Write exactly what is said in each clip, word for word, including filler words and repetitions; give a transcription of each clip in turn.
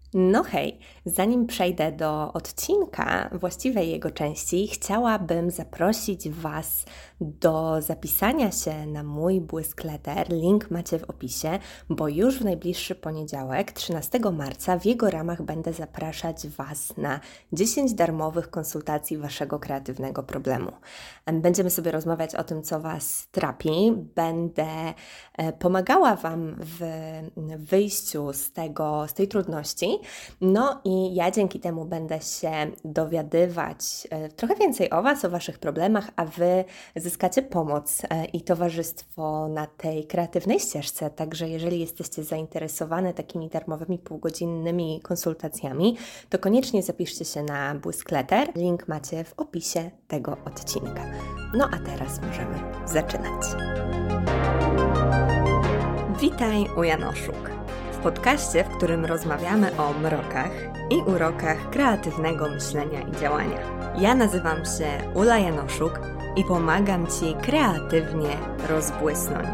No hej, zanim przejdę do odcinka, właściwej jego części, chciałabym zaprosić Was do zapisania się na mój Błyskletter. Link macie w opisie, bo już w najbliższy poniedziałek, trzynastego marca, w jego ramach będę zapraszać Was na dziesięć darmowych konsultacji Waszego kreatywnego problemu. Będziemy sobie rozmawiać o tym, co Was trapi. Będę pomagała Wam w wyjściu z tego, z tej trudności. No i ja dzięki temu będę się dowiadywać trochę więcej o Was, o Waszych problemach, a Wy zyskacie pomoc i towarzystwo na tej kreatywnej ścieżce. Także jeżeli jesteście zainteresowane takimi darmowymi półgodzinnymi konsultacjami, to koniecznie zapiszcie się na Błyskletter. Link macie w opisie tego odcinka. No a teraz możemy zaczynać. Witaj u Janoszuk. W podcaście, w którym rozmawiamy o mrokach i urokach kreatywnego myślenia i działania. Ja nazywam się Ula Janoszuk i pomagam Ci kreatywnie rozbłysnąć.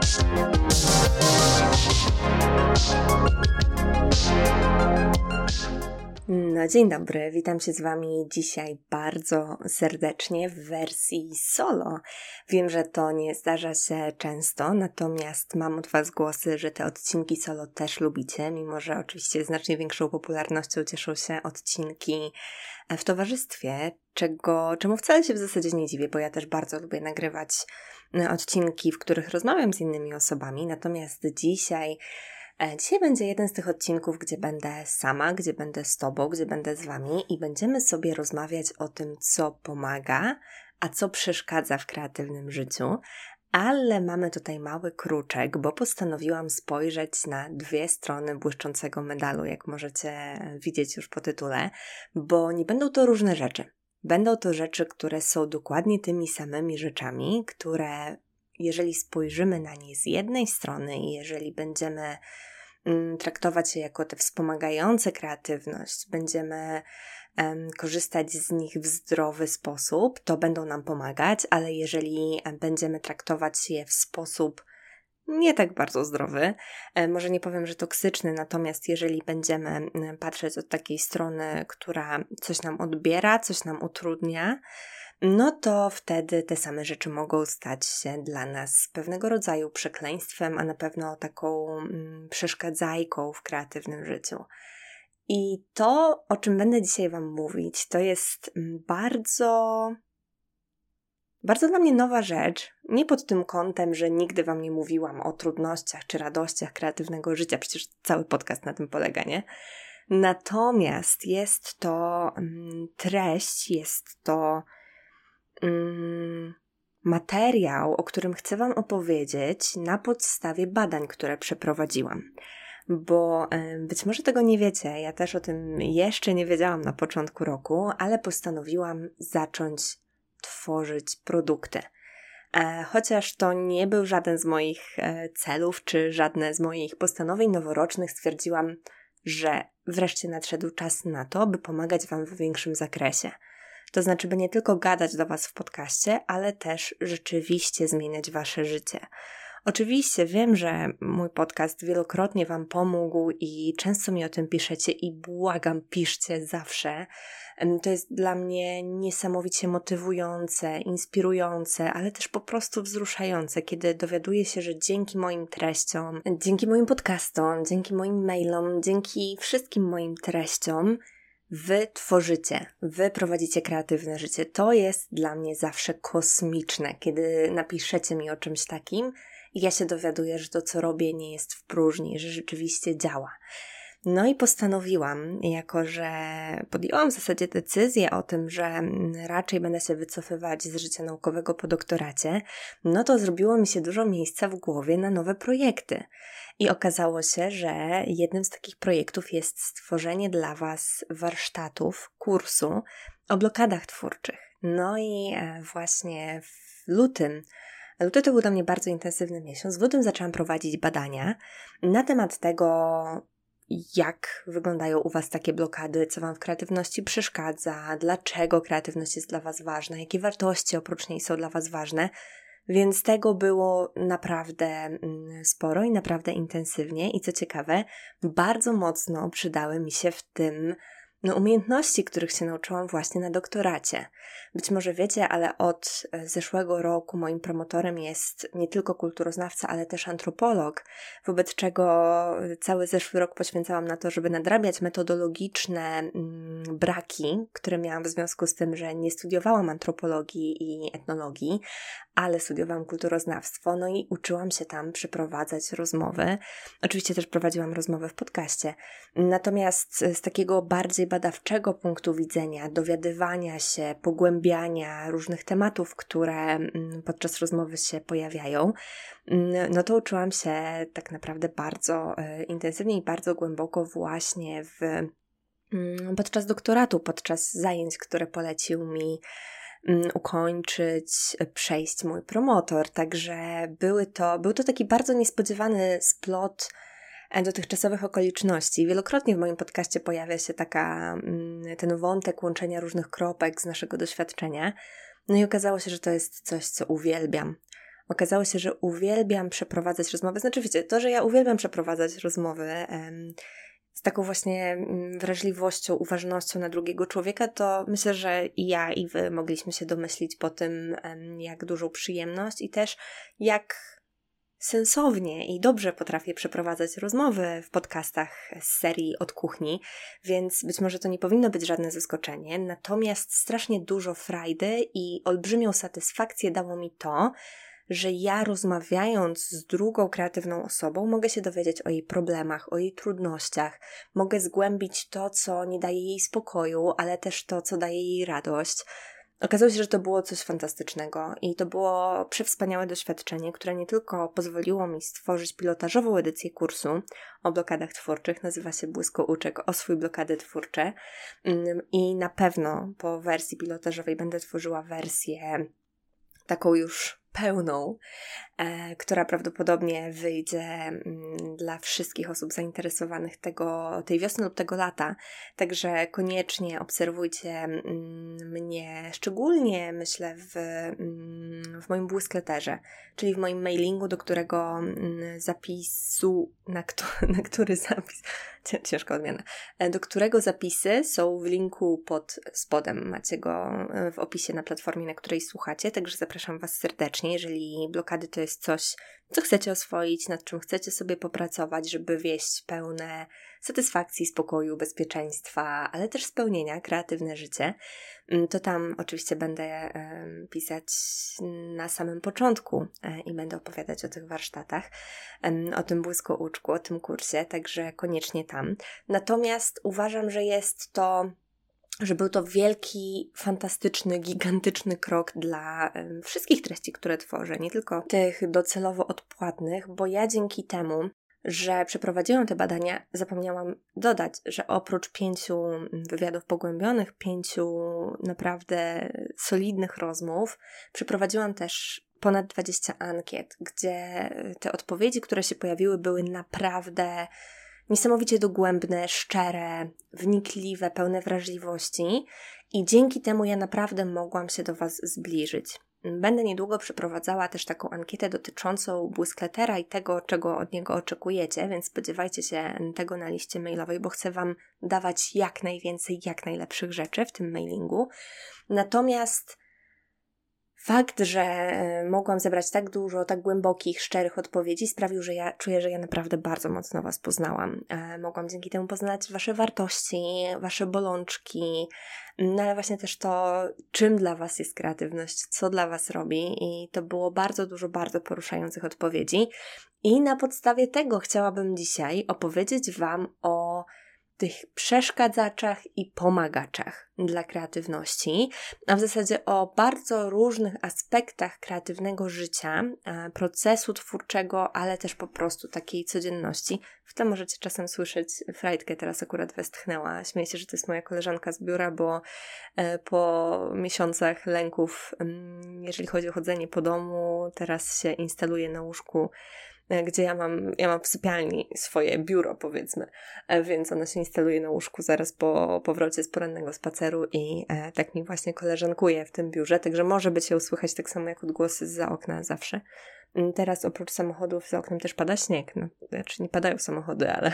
No dzień dobry, witam się z Wami dzisiaj bardzo serdecznie w wersji solo. Wiem, że to nie zdarza się często, natomiast mam od Was głosy, że te odcinki solo też lubicie, mimo że oczywiście znacznie większą popularnością cieszą się odcinki w towarzystwie, czego, czemu wcale się w zasadzie nie dziwię, bo ja też bardzo lubię nagrywać odcinki, w których rozmawiam z innymi osobami, natomiast dzisiaj Dzisiaj będzie jeden z tych odcinków, gdzie będę sama, gdzie będę z Tobą, gdzie będę z Wami i będziemy sobie rozmawiać o tym, co pomaga, a co przeszkadza w kreatywnym życiu. Ale mamy tutaj mały kruczek, bo postanowiłam spojrzeć na dwie strony błyszczącego medalu, jak możecie widzieć już po tytule, bo nie będą to różne rzeczy. Będą to rzeczy, które są dokładnie tymi samymi rzeczami, które jeżeli spojrzymy na nie z jednej strony i jeżeli będziemy mm, traktować je jako te wspomagające kreatywność, będziemy um, korzystać z nich w zdrowy sposób, to będą nam pomagać, ale jeżeli będziemy traktować je w sposób nie tak bardzo zdrowy, może nie powiem, że toksyczny, natomiast jeżeli będziemy patrzeć od takiej strony, która coś nam odbiera, coś nam utrudnia, no to wtedy te same rzeczy mogą stać się dla nas pewnego rodzaju przekleństwem, a na pewno taką mm, przeszkadzajką w kreatywnym życiu. I to, o czym będę dzisiaj Wam mówić, to jest bardzo, bardzo dla mnie nowa rzecz. Nie pod tym kątem, że nigdy Wam nie mówiłam o trudnościach czy radościach kreatywnego życia, przecież cały podcast na tym polega, nie? Natomiast jest to mm, treść, jest to materiał, o którym chcę Wam opowiedzieć na podstawie badań, które przeprowadziłam. Bo być może tego nie wiecie, ja też o tym jeszcze nie wiedziałam na początku roku, ale postanowiłam zacząć tworzyć produkty. Chociaż to nie był żaden z moich celów, czy żadne z moich postanowień noworocznych, stwierdziłam, że wreszcie nadszedł czas na to, by pomagać Wam w większym zakresie. To znaczy, by nie tylko gadać do Was w podcaście, ale też rzeczywiście zmieniać Wasze życie. Oczywiście wiem, że mój podcast wielokrotnie Wam pomógł i często mi o tym piszecie i błagam, piszcie zawsze. To jest dla mnie niesamowicie motywujące, inspirujące, ale też po prostu wzruszające, kiedy dowiaduję się, że dzięki moim treściom, dzięki moim podcastom, dzięki moim mailom, dzięki wszystkim moim treściom, Wy tworzycie, wy prowadzicie kreatywne życie. To jest dla mnie zawsze kosmiczne, kiedy napiszecie mi o czymś takim i ja się dowiaduję, że to, co robię, nie jest w próżni, że rzeczywiście działa. No i postanowiłam, jako że podjęłam w zasadzie decyzję o tym, że raczej będę się wycofywać z życia naukowego po doktoracie, no to zrobiło mi się dużo miejsca w głowie na nowe projekty. I okazało się, że jednym z takich projektów jest stworzenie dla Was warsztatów, kursu o blokadach twórczych. No i właśnie w lutym, luty to był dla mnie bardzo intensywny miesiąc, w lutym zaczęłam prowadzić badania na temat tego, jak wyglądają u Was takie blokady, co Wam w kreatywności przeszkadza, dlaczego kreatywność jest dla Was ważna, jakie wartości oprócz niej są dla Was ważne. Więc tego było naprawdę sporo i naprawdę intensywnie i co ciekawe, bardzo mocno przydały mi się w tym no, umiejętności, których się nauczyłam właśnie na doktoracie. Być może wiecie, ale od zeszłego roku moim promotorem jest nie tylko kulturoznawca, ale też antropolog, wobec czego cały zeszły rok poświęcałam na to, żeby nadrabiać metodologiczne mm, braki, które miałam w związku z tym, że nie studiowałam antropologii i etnologii, ale studiowałam kulturoznawstwo, no i uczyłam się tam przeprowadzać rozmowy. Oczywiście też prowadziłam rozmowy w podcaście. Natomiast z takiego bardziej badawczego punktu widzenia, dowiadywania się, pogłębiania różnych tematów, które podczas rozmowy się pojawiają, no to uczyłam się tak naprawdę bardzo intensywnie i bardzo głęboko właśnie w, podczas doktoratu, podczas zajęć, które polecił mi ukończyć, przejść mój promotor. Także były to, był to taki bardzo niespodziewany splot dotychczasowych okoliczności. Wielokrotnie w moim podcaście pojawia się taka, ten wątek łączenia różnych kropek z naszego doświadczenia. No i okazało się, że to jest coś, co uwielbiam. Okazało się, że uwielbiam przeprowadzać rozmowy. Znaczy wiecie, to, że ja uwielbiam przeprowadzać rozmowy em, z taką właśnie wrażliwością, uważnością na drugiego człowieka, to myślę, że i ja, i wy mogliśmy się domyślić po tym, jak dużą przyjemność i też jak sensownie i dobrze potrafię przeprowadzać rozmowy w podcastach z serii Od Kuchni, więc być może to nie powinno być żadne zaskoczenie, natomiast strasznie dużo frajdy i olbrzymią satysfakcję dało mi to, że ja rozmawiając z drugą kreatywną osobą mogę się dowiedzieć o jej problemach, o jej trudnościach, mogę zgłębić to, co nie daje jej spokoju, ale też to, co daje jej radość. Okazało się, że to było coś fantastycznego i to było przewspaniałe doświadczenie, które nie tylko pozwoliło mi stworzyć pilotażową edycję kursu o blokadach twórczych, nazywa się Błyskouczek, oswój blokady twórcze i na pewno po wersji pilotażowej będę tworzyła wersję taką już pełną, e, która prawdopodobnie wyjdzie m, dla wszystkich osób zainteresowanych tego, tej wiosny lub tego lata. Także koniecznie obserwujcie m, mnie, szczególnie myślę w, m, w moim błyskleterze, czyli w moim mailingu, do którego m, zapisu, na, kto, na który zapis, ciężka odmiana, do którego zapisy są w linku pod spodem. Macie go w opisie na platformie, na której słuchacie, także zapraszam Was serdecznie. Jeżeli blokady to jest coś, co chcecie oswoić, nad czym chcecie sobie popracować, żeby wieść pełne satysfakcji, spokoju, bezpieczeństwa, ale też spełnienia, kreatywne życie, to tam oczywiście będę pisać na samym początku i będę opowiadać o tych warsztatach, o tym błyskouczku, o tym kursie, także koniecznie tam. Natomiast uważam, że jest to że był to wielki, fantastyczny, gigantyczny krok dla um, wszystkich treści, które tworzę, nie tylko tych docelowo odpłatnych, bo ja dzięki temu, że przeprowadziłam te badania, zapomniałam dodać, że oprócz pięciu wywiadów pogłębionych, pięciu naprawdę solidnych rozmów, przeprowadziłam też ponad dwadzieścia ankiet, gdzie te odpowiedzi, które się pojawiły, były naprawdę niesamowicie dogłębne, szczere, wnikliwe, pełne wrażliwości i dzięki temu ja naprawdę mogłam się do Was zbliżyć. Będę niedługo przeprowadzała też taką ankietę dotyczącą błyskletera i tego, czego od niego oczekujecie, więc spodziewajcie się tego na liście mailowej, bo chcę Wam dawać jak najwięcej, jak najlepszych rzeczy w tym mailingu. Natomiast fakt, że mogłam zebrać tak dużo, tak głębokich, szczerych odpowiedzi sprawił, że ja czuję, że ja naprawdę bardzo mocno Was poznałam. E, mogłam dzięki temu poznać Wasze wartości, Wasze bolączki, no ale właśnie też to, czym dla Was jest kreatywność, co dla Was robi i to było bardzo dużo, bardzo poruszających odpowiedzi i na podstawie tego chciałabym dzisiaj opowiedzieć Wam o tych przeszkadzaczach i pomagaczach dla kreatywności, a w zasadzie o bardzo różnych aspektach kreatywnego życia, procesu twórczego, ale też po prostu takiej codzienności. W tle możecie czasem słyszeć Frajtkę, teraz akurat westchnęła. Śmieję się, że to jest moja koleżanka z biura, bo po miesiącach lęków, jeżeli chodzi o chodzenie po domu, teraz się instaluje na łóżku gdzie ja mam, ja mam w sypialni swoje biuro, powiedzmy, więc ono się instaluje na łóżku zaraz po powrocie z porannego spaceru i e, tak mi właśnie koleżankuje w tym biurze, także może być się usłychać tak samo jak odgłosy zza okna zawsze. Teraz oprócz samochodów za oknem też pada śnieg, no, znaczy nie padają samochody, ale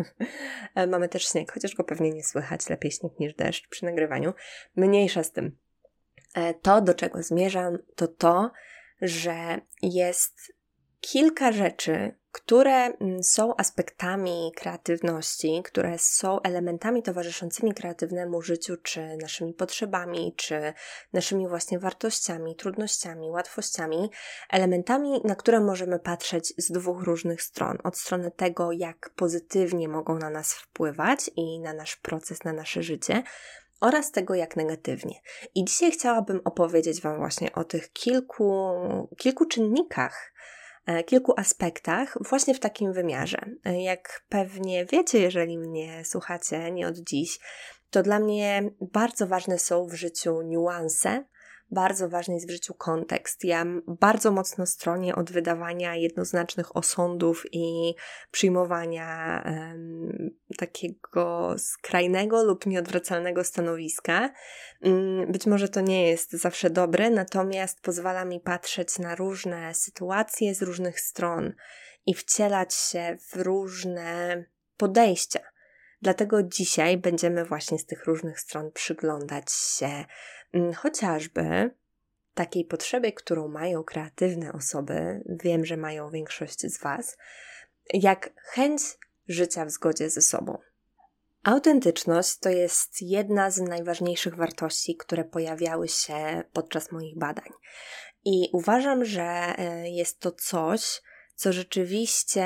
mamy też śnieg, chociaż go pewnie nie słychać, lepiej śnieg niż deszcz przy nagrywaniu. Mniejsza z tym. To, do czego zmierzam, to to, że jest kilka rzeczy, które są aspektami kreatywności, które są elementami towarzyszącymi kreatywnemu życiu, czy naszymi potrzebami, czy naszymi właśnie wartościami, trudnościami, łatwościami, elementami, na które możemy patrzeć z dwóch różnych stron. Od strony tego, jak pozytywnie mogą na nas wpływać i na nasz proces, na nasze życie, oraz tego, jak negatywnie. I dzisiaj chciałabym opowiedzieć Wam właśnie o tych kilku, kilku czynnikach, kilku aspektach właśnie w takim wymiarze. Jak pewnie wiecie, jeżeli mnie słuchacie nie od dziś, to dla mnie bardzo ważne są w życiu niuanse, bardzo ważny jest w życiu kontekst. Ja bardzo mocno stronię od wydawania jednoznacznych osądów i przyjmowania um, takiego skrajnego lub nieodwracalnego stanowiska. Um, być może to nie jest zawsze dobre, natomiast pozwala mi patrzeć na różne sytuacje z różnych stron i wcielać się w różne podejścia. Dlatego dzisiaj będziemy właśnie z tych różnych stron przyglądać się chociażby takiej potrzebie, którą mają kreatywne osoby, wiem, że mają większość z Was, jak chęć życia w zgodzie ze sobą. Autentyczność to jest jedna z najważniejszych wartości, które pojawiały się podczas moich badań. I uważam, że jest to coś, co rzeczywiście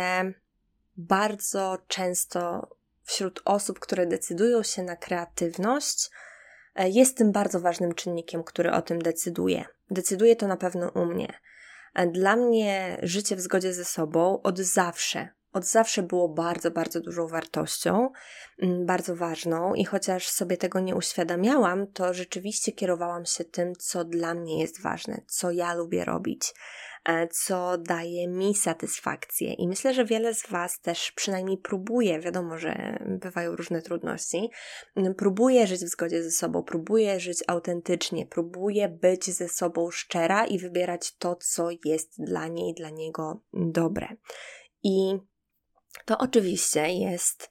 bardzo często wśród osób, które decydują się na kreatywność, jest tym bardzo ważnym czynnikiem, który o tym decyduje. Decyduje to na pewno u mnie. Dla mnie życie w zgodzie ze sobą od zawsze, od zawsze było bardzo, bardzo dużą wartością, bardzo ważną i chociaż sobie tego nie uświadamiałam, to rzeczywiście kierowałam się tym, co dla mnie jest ważne, co ja lubię robić, co daje mi satysfakcję. I myślę, że wiele z Was też przynajmniej próbuje, wiadomo, że bywają różne trudności, próbuje żyć w zgodzie ze sobą, próbuje żyć autentycznie, próbuje być ze sobą szczera i wybierać to, co jest dla niej, dla niego dobre. I to oczywiście jest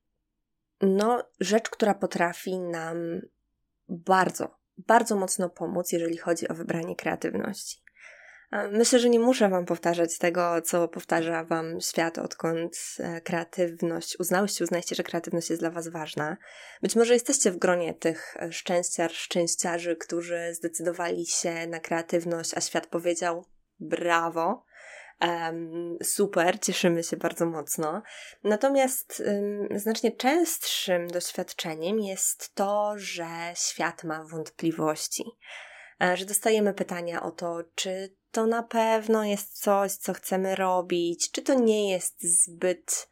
no, rzecz, która potrafi nam bardzo, bardzo mocno pomóc, jeżeli chodzi o wybranie kreatywności. Myślę, że nie muszę Wam powtarzać tego, co powtarza Wam świat, odkąd kreatywność uznałyście, uznajcie, że kreatywność jest dla Was ważna. Być może jesteście w gronie tych szczęściar, szczęściarzy, którzy zdecydowali się na kreatywność, a świat powiedział brawo. Um, super, cieszymy się bardzo mocno. Natomiast um, znacznie częstszym doświadczeniem jest to, że świat ma wątpliwości. E, że dostajemy pytania o to, czy to na pewno jest coś, co chcemy robić, czy to nie jest zbyt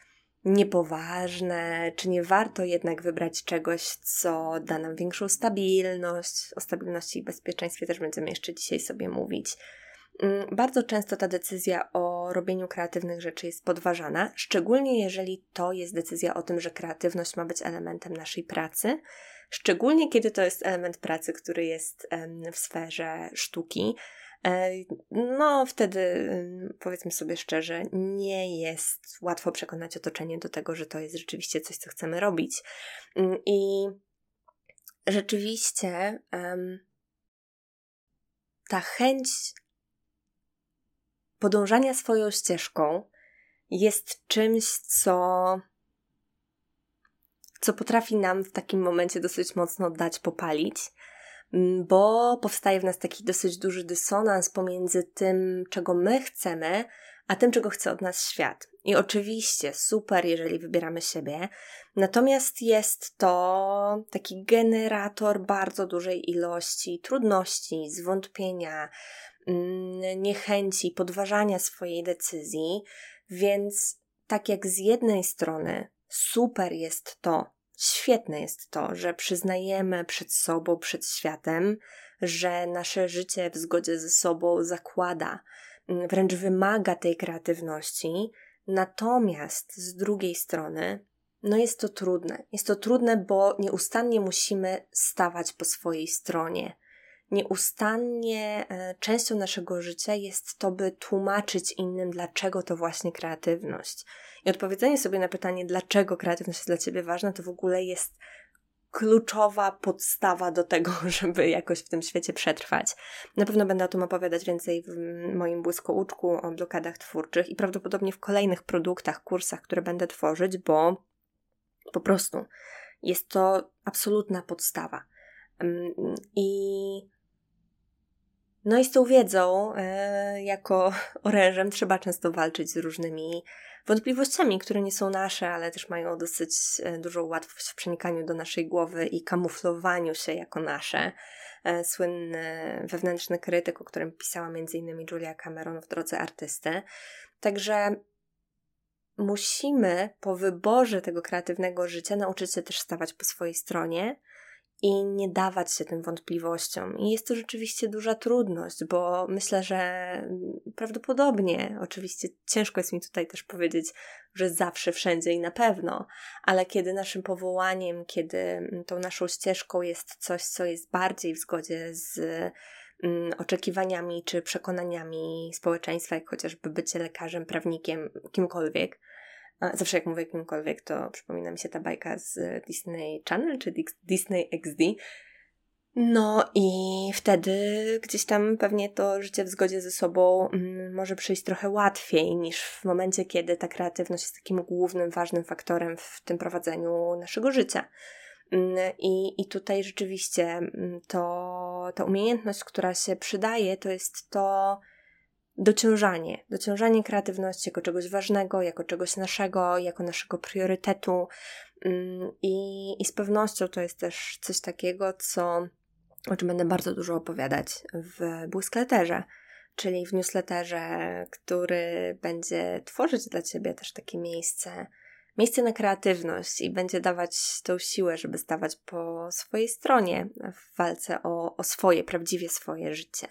niepoważne, czy nie warto jednak wybrać czegoś, co da nam większą stabilność. O stabilności i bezpieczeństwie też będziemy jeszcze dzisiaj sobie mówić. Bardzo często ta decyzja o robieniu kreatywnych rzeczy jest podważana, szczególnie jeżeli to jest decyzja o tym, że kreatywność ma być elementem naszej pracy, szczególnie kiedy to jest element pracy, który jest w sferze sztuki. No wtedy, powiedzmy sobie szczerze, nie jest łatwo przekonać otoczenie do tego, że to jest rzeczywiście coś, co chcemy robić. I rzeczywiście um, ta chęć podążania swoją ścieżką jest czymś, co, co potrafi nam w takim momencie dosyć mocno dać popalić, bo powstaje w nas taki dosyć duży dysonans pomiędzy tym, czego my chcemy, a tym, czego chce od nas świat. I oczywiście super, jeżeli wybieramy siebie, natomiast jest to taki generator bardzo dużej ilości trudności, zwątpienia, niechęci, podważania swojej decyzji, więc tak jak z jednej strony super jest to, świetne jest to, że przyznajemy przed sobą, przed światem, że nasze życie w zgodzie ze sobą zakłada wręcz wymaga tej kreatywności. Natomiast z drugiej strony, no jest to trudne. Jest to trudne, bo nieustannie musimy stawać po swojej stronie. Nieustannie e, częścią naszego życia jest to, by tłumaczyć innym, dlaczego to właśnie kreatywność. I odpowiedzenie sobie na pytanie, dlaczego kreatywność jest dla Ciebie ważna, to w ogóle jest kluczowa podstawa do tego, żeby jakoś w tym świecie przetrwać. Na pewno będę o tym opowiadać więcej w moim błyskouczku o blokadach twórczych i prawdopodobnie w kolejnych produktach, kursach, które będę tworzyć, bo po prostu jest to absolutna podstawa. I no i z tą wiedzą, e, jako orężem, trzeba często walczyć z różnymi wątpliwościami, które nie są nasze, ale też mają dosyć dużą łatwość w przenikaniu do naszej głowy i kamuflowaniu się jako nasze. E, słynny wewnętrzny krytyk, o którym pisała między innymi Julia Cameron w Drodze Artysty. Także musimy po wyborze tego kreatywnego życia nauczyć się też stawać po swojej stronie i nie dawać się tym wątpliwościom. I jest to rzeczywiście duża trudność, bo myślę, że prawdopodobnie, oczywiście ciężko jest mi tutaj też powiedzieć, że zawsze, wszędzie i na pewno, ale kiedy naszym powołaniem, kiedy tą naszą ścieżką jest coś, co jest bardziej w zgodzie z mm, oczekiwaniami czy przekonaniami społeczeństwa, jak chociażby bycie lekarzem, prawnikiem, kimkolwiek. Zawsze jak mówię kimkolwiek, to przypomina mi się ta bajka z Disney Channel, czy Disney X D. No i wtedy gdzieś tam pewnie to życie w zgodzie ze sobą mm, może przyjść trochę łatwiej niż w momencie, kiedy ta kreatywność jest takim głównym, ważnym faktorem w tym prowadzeniu naszego życia. I, i tutaj rzeczywiście to, ta umiejętność, która się przydaje, to jest to dociążanie, dociążanie kreatywności jako czegoś ważnego, jako czegoś naszego, jako naszego priorytetu i, i z pewnością to jest też coś takiego, co, o czym będę bardzo dużo opowiadać w Błyskletterze, czyli w newsletterze, który będzie tworzyć dla Ciebie też takie miejsce, miejsce na kreatywność i będzie dawać tą siłę, żeby stawać po swojej stronie w walce o, o swoje, prawdziwie swoje życie.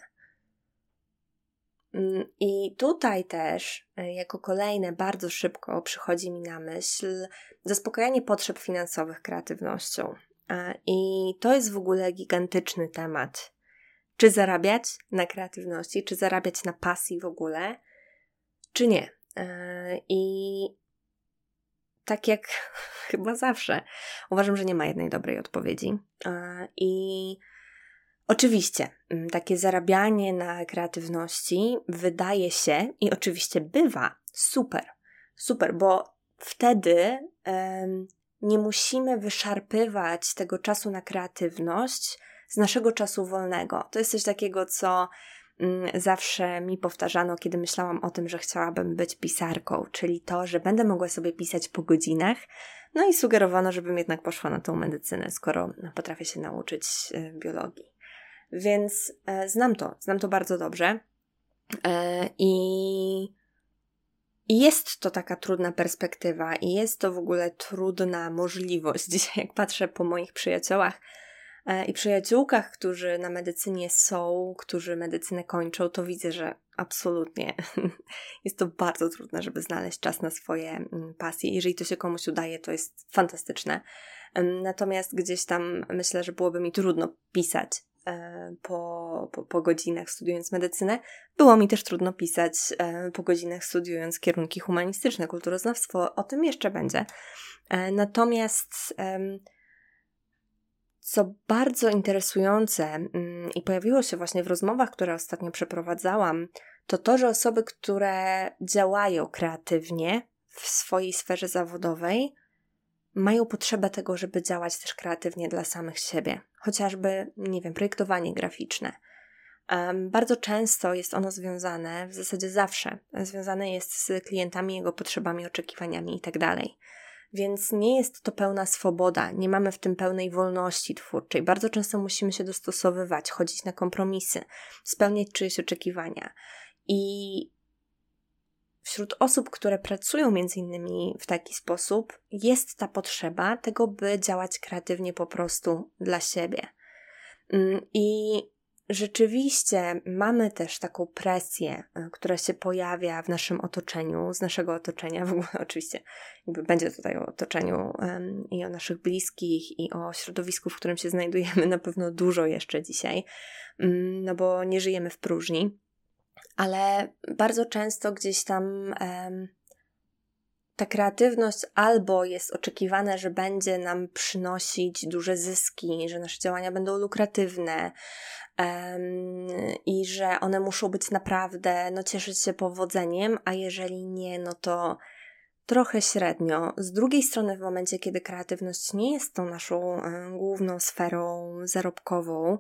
I tutaj też, jako kolejne, bardzo szybko przychodzi mi na myśl zaspokajanie potrzeb finansowych kreatywnością. I to jest w ogóle gigantyczny temat. Czy zarabiać na kreatywności, czy zarabiać na pasji w ogóle, czy nie. I tak jak chyba zawsze, uważam, że nie ma jednej dobrej odpowiedzi. I oczywiście, takie zarabianie na kreatywności wydaje się i oczywiście bywa super, super, bo wtedy um, nie musimy wyszarpywać tego czasu na kreatywność z naszego czasu wolnego. To jest coś takiego, co um, zawsze mi powtarzano, kiedy myślałam o tym, że chciałabym być pisarką, czyli to, że będę mogła sobie pisać po godzinach. No i sugerowano, żebym jednak poszła na tą medycynę, skoro potrafię się nauczyć y, biologii. Więc e, znam to, znam to bardzo dobrze e, i, i jest to taka trudna perspektywa i jest to w ogóle trudna możliwość. Dzisiaj jak patrzę po moich przyjaciołach e, i przyjaciółkach, którzy na medycynie są, którzy medycynę kończą, to widzę, że absolutnie jest to bardzo trudne, żeby znaleźć czas na swoje mm, pasje. Jeżeli to się komuś udaje, to jest fantastyczne. E, natomiast gdzieś tam myślę, że byłoby mi trudno pisać Po, po, po godzinach studiując medycynę. Było mi też trudno pisać e, po godzinach studiując kierunki humanistyczne, kulturoznawstwo, o tym jeszcze będzie. E, natomiast e, co bardzo interesujące mm, i pojawiło się właśnie w rozmowach, które ostatnio przeprowadzałam, to to, że osoby, które działają kreatywnie w swojej sferze zawodowej, mają potrzebę tego, żeby działać też kreatywnie dla samych siebie. Chociażby, nie wiem, projektowanie graficzne. Um, bardzo często jest ono związane, w zasadzie zawsze, związane jest z klientami, jego potrzebami, oczekiwaniami itd. Więc nie jest to pełna swoboda, nie mamy w tym pełnej wolności twórczej. Bardzo często musimy się dostosowywać, chodzić na kompromisy, spełniać czyjeś oczekiwania. I wśród osób, które pracują między innymi w taki sposób, jest ta potrzeba tego, by działać kreatywnie po prostu dla siebie. I rzeczywiście mamy też taką presję, która się pojawia w naszym otoczeniu, z naszego otoczenia, w ogóle oczywiście jakby będzie tutaj o otoczeniu um, i o naszych bliskich i o środowisku, w którym się znajdujemy na pewno dużo jeszcze dzisiaj, um, no bo nie żyjemy w próżni, ale bardzo często gdzieś tam um, ta kreatywność albo jest oczekiwane, że będzie nam przynosić duże zyski, że nasze działania będą lukratywne um, i że one muszą być naprawdę, no cieszyć się powodzeniem, a jeżeli nie, no to trochę średnio. Z drugiej strony w momencie, kiedy kreatywność nie jest tą naszą um, główną sferą zarobkową,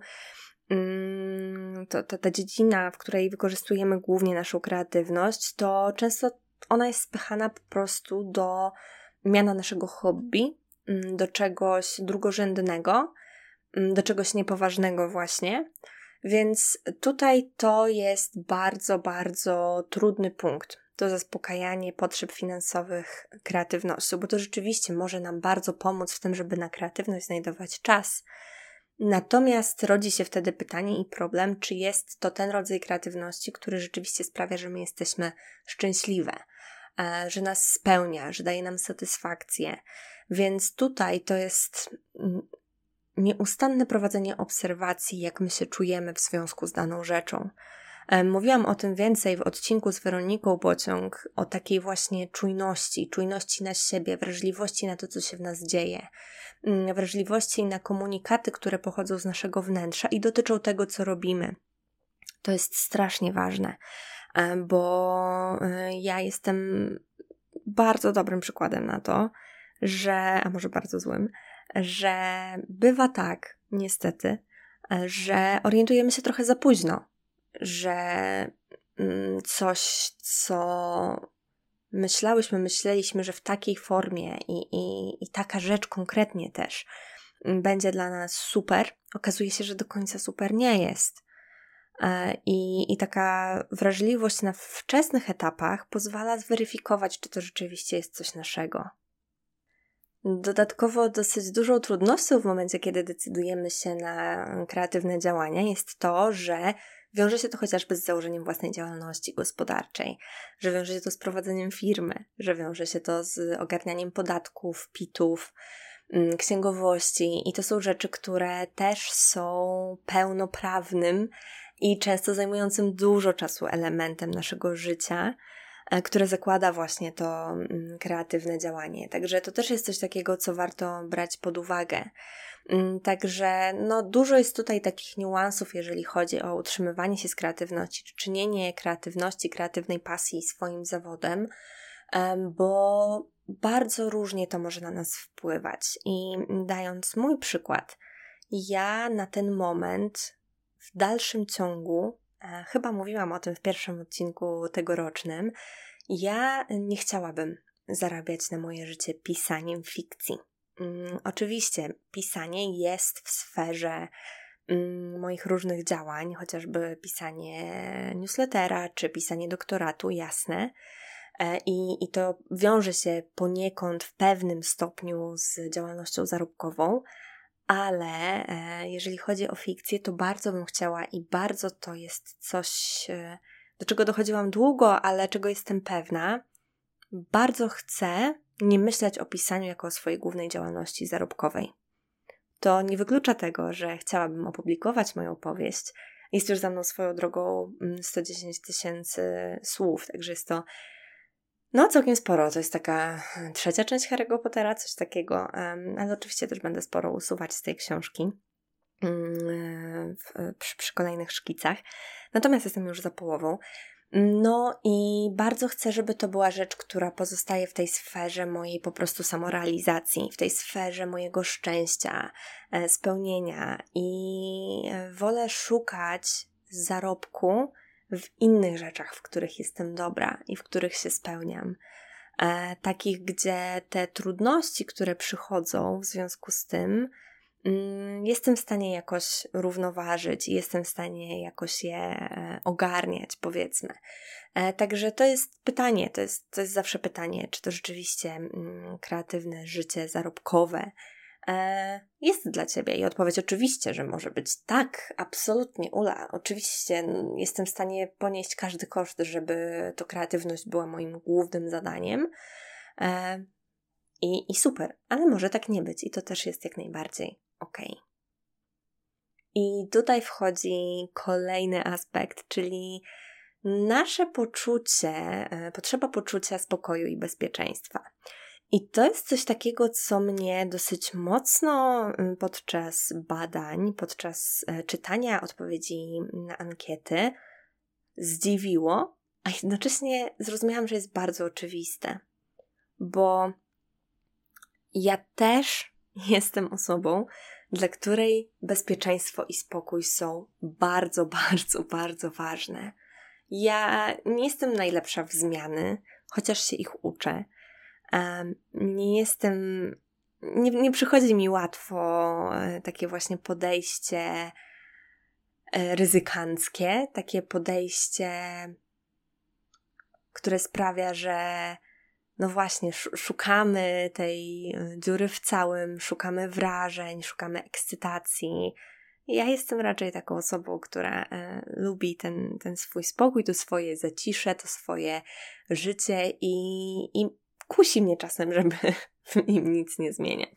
um, to, to ta dziedzina, w której wykorzystujemy głównie naszą kreatywność, to często ona jest spychana po prostu do miana naszego hobby, do czegoś drugorzędnego, do czegoś niepoważnego właśnie. Więc tutaj to jest bardzo, bardzo trudny punkt. To zaspokajanie potrzeb finansowych kreatywnością, bo to rzeczywiście może nam bardzo pomóc w tym, żeby na kreatywność znajdować czas. Natomiast rodzi się wtedy pytanie i problem, czy jest to ten rodzaj kreatywności, który rzeczywiście sprawia, że my jesteśmy szczęśliwe, że nas spełnia, że daje nam satysfakcję. Więc tutaj to jest nieustanne prowadzenie obserwacji, jak my się czujemy w związku z daną rzeczą. Mówiłam o tym więcej w odcinku z Weroniką Bociąg, o takiej właśnie czujności, czujności na siebie, wrażliwości na to, co się w nas dzieje, wrażliwości na komunikaty, które pochodzą z naszego wnętrza i dotyczą tego, co robimy. To jest strasznie ważne, bo ja jestem bardzo dobrym przykładem na to, że, a może bardzo złym, że bywa tak, niestety, że orientujemy się trochę za późno, że coś, co myślałyśmy, myśleliśmy, że w takiej formie i, i, i taka rzecz konkretnie też będzie dla nas super, okazuje się, że do końca super nie jest. I, I taka wrażliwość na wczesnych etapach pozwala zweryfikować, czy to rzeczywiście jest coś naszego. Dodatkowo dosyć dużą trudnością w momencie, kiedy decydujemy się na kreatywne działania jest to, że wiąże się to chociażby z założeniem własnej działalności gospodarczej, że wiąże się to z prowadzeniem firmy, że wiąże się to z ogarnianiem podatków, pitów, księgowości i to są rzeczy, które też są pełnoprawnym i często zajmującym dużo czasu elementem naszego życia, które zakłada właśnie to kreatywne działanie. Także to też jest coś takiego, co warto brać pod uwagę. Także no, dużo jest tutaj takich niuansów, jeżeli chodzi o utrzymywanie się z kreatywności, czy czynienie kreatywności, kreatywnej pasji swoim zawodem, bo bardzo różnie to może na nas wpływać. I dając mój przykład, ja na ten moment w dalszym ciągu, e, chyba mówiłam o tym w pierwszym odcinku tegorocznym, ja nie chciałabym zarabiać na moje życie pisaniem fikcji. Um, oczywiście pisanie jest w sferze um, moich różnych działań, chociażby pisanie newslettera czy pisanie doktoratu, jasne. E, i, I to wiąże się poniekąd w pewnym stopniu z działalnością zarobkową, ale e, jeżeli chodzi o fikcję, to bardzo bym chciała i bardzo to jest coś, e, do czego dochodziłam długo, ale czego jestem pewna. Bardzo chcę nie myśleć o pisaniu jako o swojej głównej działalności zarobkowej. To nie wyklucza tego, że chciałabym opublikować moją powieść. Jest już za mną swoją drogą sto dziesięć tysięcy słów, także jest to no całkiem sporo. To jest taka trzecia część Harry'ego Pottera, coś takiego, um, ale oczywiście też będę sporo usuwać z tej książki um, w, przy, przy kolejnych szkicach. Natomiast jestem już za połową. No i bardzo chcę, żeby to była rzecz, która pozostaje w tej sferze mojej po prostu samorealizacji, w tej sferze mojego szczęścia, e, spełnienia i wolę szukać zarobku w innych rzeczach, w których jestem dobra i w których się spełniam. E, takich, gdzie te trudności, które przychodzą w związku z tym, mm, jestem w stanie jakoś równoważyć i jestem w stanie jakoś je e, ogarniać, powiedzmy. E, także to jest pytanie, to jest, to jest zawsze pytanie, czy to rzeczywiście mm, kreatywne życie zarobkowe e, jest dla Ciebie? I odpowiedź oczywiście, że może być tak, absolutnie, Ula, oczywiście jestem w stanie ponieść każdy koszt, żeby to kreatywność była moim głównym zadaniem e, i, i super, ale może tak nie być i to też jest jak najbardziej okej. I tutaj wchodzi kolejny aspekt, czyli nasze poczucie, potrzeba poczucia spokoju i bezpieczeństwa. I to jest coś takiego, co mnie dosyć mocno podczas badań, podczas czytania odpowiedzi na ankiety zdziwiło, a jednocześnie zrozumiałam, że jest bardzo oczywiste, bo ja też jestem osobą, dla której bezpieczeństwo i spokój są bardzo, bardzo, bardzo ważne. Ja nie jestem najlepsza w zmiany, chociaż się ich uczę. Um, nie jestem, nie, nie przychodzi mi łatwo takie właśnie podejście ryzykanckie, takie podejście, które sprawia, że no właśnie, szukamy tej dziury w całym, szukamy wrażeń, szukamy ekscytacji. Ja jestem raczej taką osobą, która e, lubi ten, ten swój spokój, to swoje zacisze, to swoje życie i, i kusi mnie czasem, żeby w nim nic nie zmieniać.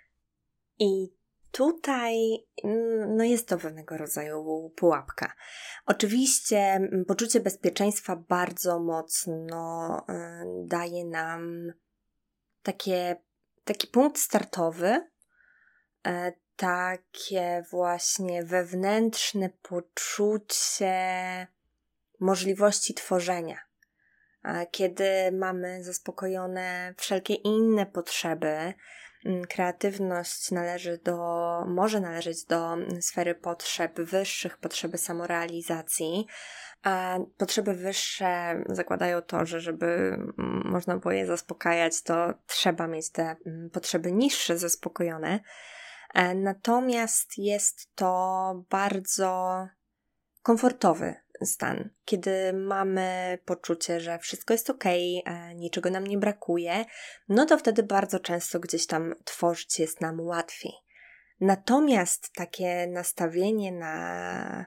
I tutaj no jest to pewnego rodzaju pułapka. Oczywiście poczucie bezpieczeństwa bardzo mocno y, daje nam takie, taki punkt startowy, y, takie właśnie wewnętrzne poczucie możliwości tworzenia. Y, kiedy mamy zaspokojone wszelkie inne potrzeby, kreatywność należy do, może należeć do sfery potrzeb wyższych, potrzeby samorealizacji, a potrzeby wyższe zakładają to, że żeby można było je zaspokajać, to trzeba mieć te potrzeby niższe zaspokojone. Natomiast jest to bardzo komfortowy stan, kiedy mamy poczucie, że wszystko jest okej, okay, niczego nam nie brakuje, no to wtedy bardzo często gdzieś tam tworzyć jest nam łatwiej. Natomiast takie nastawienie na,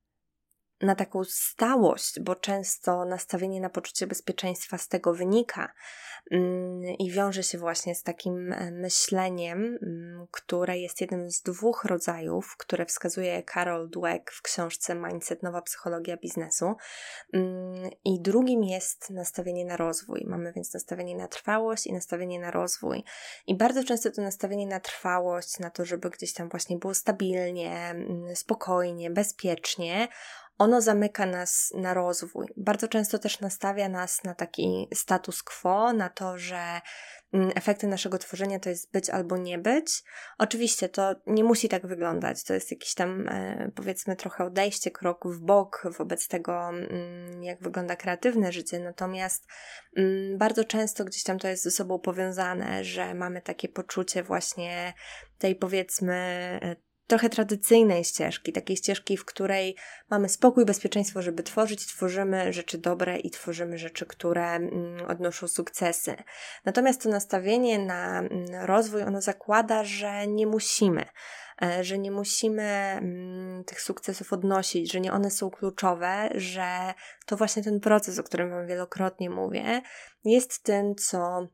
na taką stałość, bo często nastawienie na poczucie bezpieczeństwa z tego wynika mm, i wiąże się właśnie z takim myśleniem, mm, które jest jednym z dwóch rodzajów, które wskazuje Carol Dweck w książce Mindset, nowa psychologia biznesu. Mm, I drugim jest nastawienie na rozwój. Mamy więc nastawienie na trwałość i nastawienie na rozwój. I bardzo często to nastawienie na trwałość, na to, żeby gdzieś tam właśnie było stabilnie, spokojnie, bezpiecznie, ono zamyka nas na rozwój. Bardzo często też nastawia nas na taki status quo, na to, że efekty naszego tworzenia to jest być albo nie być. Oczywiście to nie musi tak wyglądać. To jest jakiś tam, powiedzmy, trochę odejście, krok w bok wobec tego, jak wygląda kreatywne życie. Natomiast bardzo często gdzieś tam to jest ze sobą powiązane, że mamy takie poczucie właśnie tej, powiedzmy, trochę tradycyjnej ścieżki, takiej ścieżki, w której mamy spokój, bezpieczeństwo, żeby tworzyć, tworzymy rzeczy dobre i tworzymy rzeczy, które odnoszą sukcesy. Natomiast to nastawienie na rozwój, ono zakłada, że nie musimy, że nie musimy tych sukcesów odnosić, że nie one są kluczowe, że to właśnie ten proces, o którym Wam wielokrotnie mówię, jest tym, co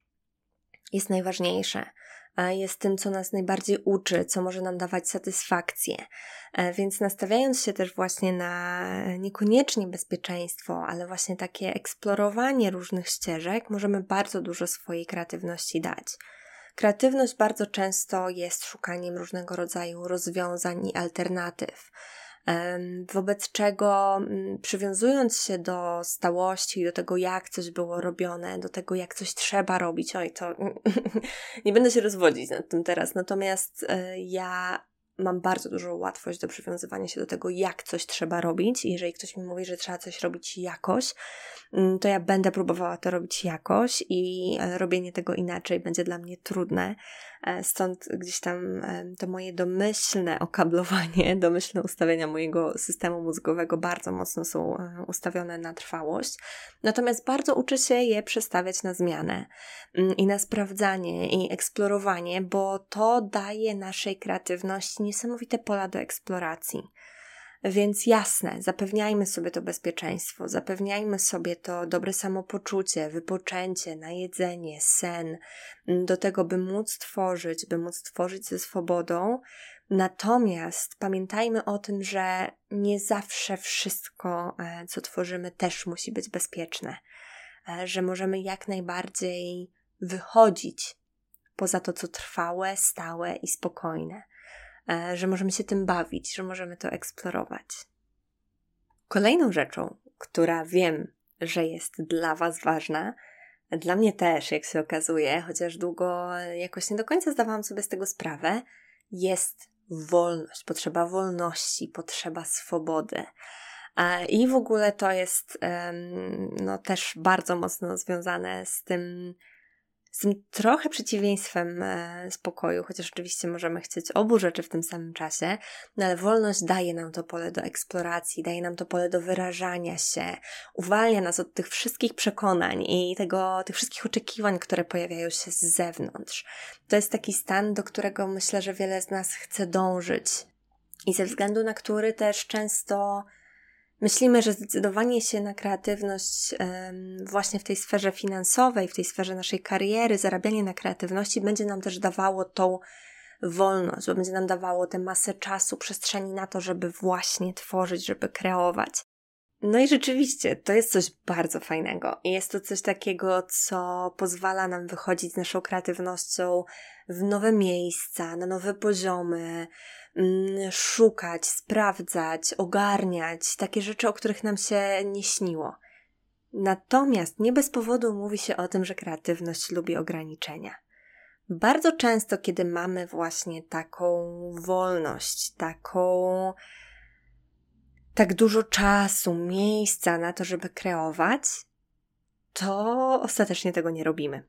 jest najważniejsze. Jest tym, co nas najbardziej uczy, co może nam dawać satysfakcję. Więc nastawiając się też właśnie na niekoniecznie bezpieczeństwo, ale właśnie takie eksplorowanie różnych ścieżek, możemy bardzo dużo swojej kreatywności dać. Kreatywność bardzo często jest szukaniem różnego rodzaju rozwiązań i alternatyw. Wobec czego przywiązując się do stałości, do tego, jak coś było robione, do tego, jak coś trzeba robić, oj, to nie będę się rozwodzić nad tym teraz, natomiast ja mam bardzo dużą łatwość do przywiązywania się do tego, jak coś trzeba robić i jeżeli ktoś mi mówi, że trzeba coś robić jakoś, to ja będę próbowała to robić jakoś i robienie tego inaczej będzie dla mnie trudne. Stąd gdzieś tam to moje domyślne okablowanie, domyślne ustawienia mojego systemu mózgowego bardzo mocno są ustawione na trwałość. Natomiast bardzo uczę się je przestawiać na zmianę i na sprawdzanie i eksplorowanie, bo to daje naszej kreatywności niesamowite pola do eksploracji. Więc jasne, zapewniajmy sobie to bezpieczeństwo, zapewniajmy sobie to dobre samopoczucie, wypoczęcie, najedzenie, sen, do tego, by móc tworzyć, by móc tworzyć ze swobodą. Natomiast pamiętajmy o tym, że nie zawsze wszystko, co tworzymy, też musi być bezpieczne. Że możemy jak najbardziej wychodzić poza to, co trwałe, stałe i spokojne. Że możemy się tym bawić, że możemy to eksplorować. Kolejną rzeczą, która wiem, że jest dla Was ważna, dla mnie też, jak się okazuje, chociaż długo jakoś nie do końca zdawałam sobie z tego sprawę, jest wolność, potrzeba wolności, potrzeba swobody. I w ogóle to jest no, też bardzo mocno związane z tym, z tym trochę przeciwieństwem spokoju, chociaż oczywiście możemy chcieć obu rzeczy w tym samym czasie, no ale wolność daje nam to pole do eksploracji, daje nam to pole do wyrażania się, uwalnia nas od tych wszystkich przekonań i tego, tych wszystkich oczekiwań, które pojawiają się z zewnątrz. To jest taki stan, do którego myślę, że wiele z nas chce dążyć i ze względu na który też często myślimy, że zdecydowanie się na kreatywność um, właśnie w tej sferze finansowej, w tej sferze naszej kariery, zarabianie na kreatywności będzie nam też dawało tą wolność, bo będzie nam dawało tę masę czasu, przestrzeni na to, żeby właśnie tworzyć, żeby kreować. No i rzeczywiście, to jest coś bardzo fajnego i jest to coś takiego, co pozwala nam wychodzić z naszą kreatywnością w nowe miejsca, na nowe poziomy, szukać, sprawdzać, ogarniać takie rzeczy, o których nam się nie śniło. Natomiast nie bez powodu mówi się o tym, że kreatywność lubi ograniczenia. Bardzo często, kiedy mamy właśnie taką wolność, taką tak dużo czasu, miejsca na to, żeby kreować, to ostatecznie tego nie robimy.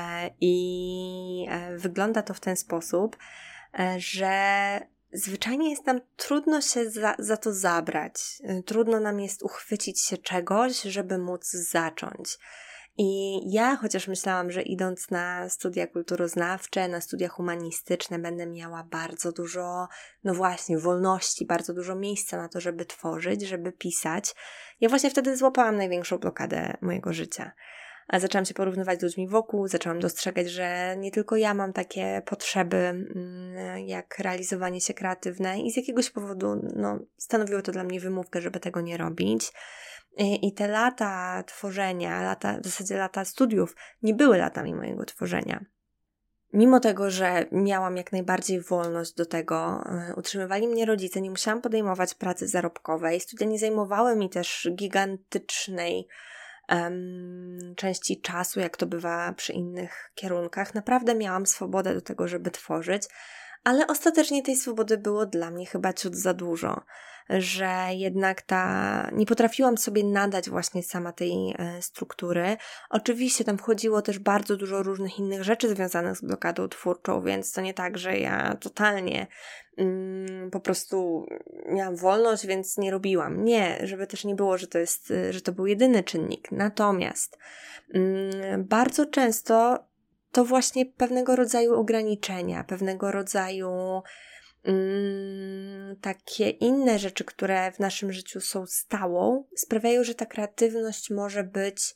I wygląda to w ten sposób, że zwyczajnie jest nam trudno się za, za to zabrać. Trudno nam jest uchwycić się czegoś, żeby móc zacząć. I ja, chociaż myślałam, że idąc na studia kulturoznawcze, na studia humanistyczne będę miała bardzo dużo, no właśnie, wolności, bardzo dużo miejsca na to, żeby tworzyć, żeby pisać. Ja właśnie wtedy złapałam największą blokadę mojego życia. A zaczęłam się porównywać z ludźmi wokół, zaczęłam dostrzegać, że nie tylko ja mam takie potrzeby jak realizowanie się kreatywne i z jakiegoś powodu no, stanowiło to dla mnie wymówkę, żeby tego nie robić. I, i te lata tworzenia, lata, w zasadzie lata studiów nie były latami mojego tworzenia. Mimo tego, że miałam jak najbardziej wolność do tego, utrzymywali mnie rodzice, nie musiałam podejmować pracy zarobkowej, studia nie zajmowały mi też gigantycznej Um, części czasu, jak to bywa przy innych kierunkach. Naprawdę miałam swobodę do tego, żeby tworzyć, ale ostatecznie tej swobody było dla mnie chyba ciut za dużo, że jednak ta nie potrafiłam sobie nadać właśnie sama tej e, struktury. Oczywiście tam wchodziło też bardzo dużo różnych innych rzeczy związanych z blokadą twórczą, więc to nie tak, że ja totalnie mm, po prostu miałam wolność, więc nie robiłam. Nie, żeby też nie było, że to jest, że to był jedyny czynnik. Natomiast mm, bardzo często to właśnie pewnego rodzaju ograniczenia, pewnego rodzaju mm, takie inne rzeczy, które w naszym życiu są stałą, sprawiają, że ta kreatywność może być